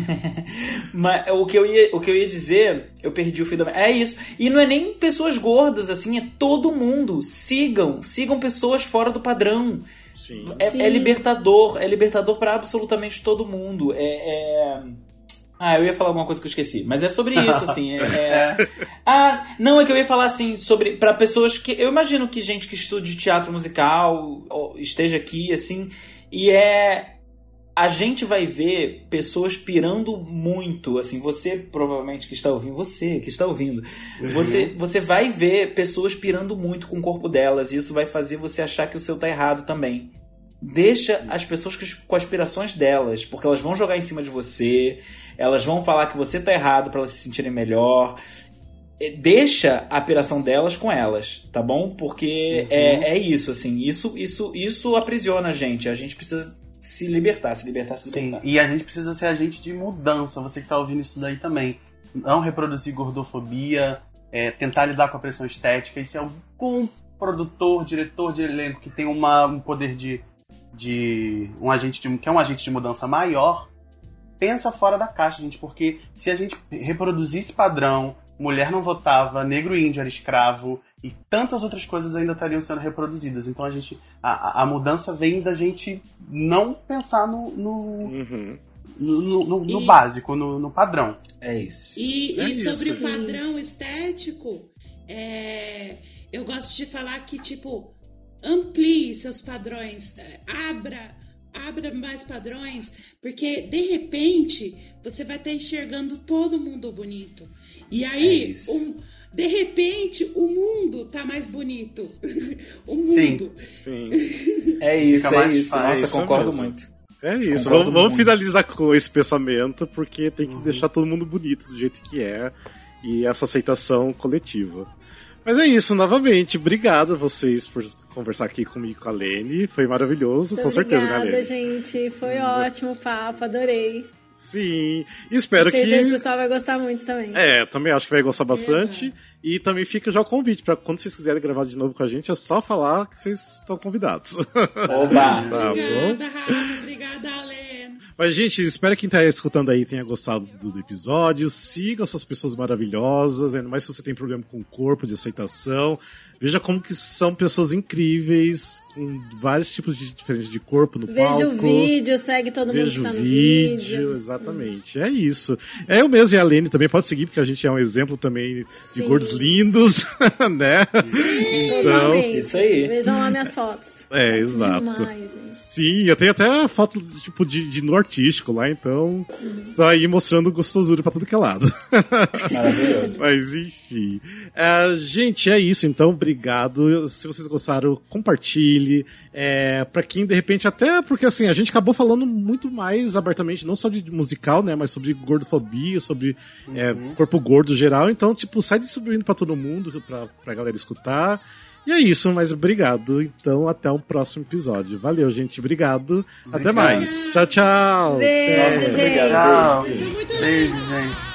Mas o que, eu ia, o que eu ia dizer, eu perdi o fio da... É isso. E não é nem pessoas gordas, assim, é todo mundo. Sigam, sigam pessoas fora do padrão. Sim. É, Sim. é libertador, é libertador pra absolutamente todo mundo. É, é... Ah, eu ia falar alguma coisa que eu esqueci, mas é sobre isso, assim. É, é... Ah, não, é que eu ia falar assim sobre para pessoas que eu imagino que gente que estude teatro musical ó, esteja aqui, assim, e é a gente vai ver pessoas pirando muito, assim, você provavelmente que está ouvindo, você que está ouvindo, você, você vai ver pessoas pirando muito com o corpo delas, e isso vai fazer você achar que o seu tá errado também. Deixa as pessoas com as- com as aspirações delas, porque elas vão jogar em cima de você, elas vão falar que você tá errado pra elas se sentirem melhor. É, deixa a apiração delas com elas, tá bom? Porque é, é isso, assim, isso, isso, isso aprisiona a gente, a gente precisa se libertar, se libertar, se Sim, libertar. e a gente precisa ser agente de mudança, você que tá ouvindo isso daí também. Não reproduzir gordofobia, é, tentar lidar com a pressão estética, e se algum produtor, diretor de elenco que tem uma, um poder de, de um agente de, que é um agente de mudança maior, pensa fora da caixa, gente, porque se a gente reproduzir esse padrão, mulher não votava, negro e índio era escravo, e tantas outras coisas ainda estariam sendo reproduzidas. Então a gente. A, a mudança vem da gente não pensar no. no Uhum. No, no, no E- básico, no, no padrão. É isso. E, É e sobre isso. o padrão estético, é, eu gosto de falar que, tipo, amplie seus padrões, é, abra, abra mais padrões, porque, de repente, você vai estar enxergando todo mundo bonito. E É aí, isso. um, de repente, o mundo tá mais bonito. o Sim. mundo. Sim. É isso, Fica é mais isso. fácil. Nossa, É isso concordo mesmo. muito. É isso, Concordo vamos, vamos muito. finalizar com esse pensamento, porque tem que deixar todo mundo bonito do jeito que é, e essa aceitação coletiva. Mas é isso, novamente, obrigado a vocês por conversar aqui comigo e com a Lene, foi maravilhoso, Muito com certeza, né, obrigada, Lene? gente. Foi ótimo o papo, adorei. Sim, e espero Certeza que o que... pessoal vai gostar muito também. É, também acho que vai gostar bastante, e também fica já o convite, pra quando vocês quiserem gravar de novo com a gente, é só falar que vocês estão convidados. Oba! Tá bom? Obrigada, Rafa. Obrigada, Alena. Mas, gente, espero que quem tá escutando aí tenha gostado do, do episódio. Sigam essas pessoas maravilhosas, ainda mais se você tem problema com o corpo, de aceitação. Veja como que são pessoas incríveis, com vários tipos de diferentes de corpo no Veja palco. o vídeo, segue todo mundo Veja que tá o no vídeo, vídeo. exatamente. É isso. É eu mesmo e a Lene também pode seguir, porque a gente é um exemplo também de Sim. gordos lindos, né? Então, Totalmente. isso aí. Vejam lá minhas fotos. é, exato. Demais, gente. Sim, eu tenho até foto tipo de, de no artístico lá, então tô aí mostrando gostosura pra tudo que é lado. Maravilhoso. Mas enfim. É, gente, é isso. Então, obrigado. Se vocês gostaram, compartilhe. É, pra quem, de repente, até porque assim, a gente acabou falando muito mais abertamente, não só de musical, né? Mas sobre gordofobia, sobre é, corpo gordo geral. Então, tipo, sai distribuindo pra todo mundo, pra, pra galera escutar. E é isso, mas obrigado. Então, até o próximo episódio. Valeu, gente. Obrigado. Até mais. Tchau, tchau. Beijo, Nossa, gente. obrigado. Tchau. Vocês são muito Beijo, gente.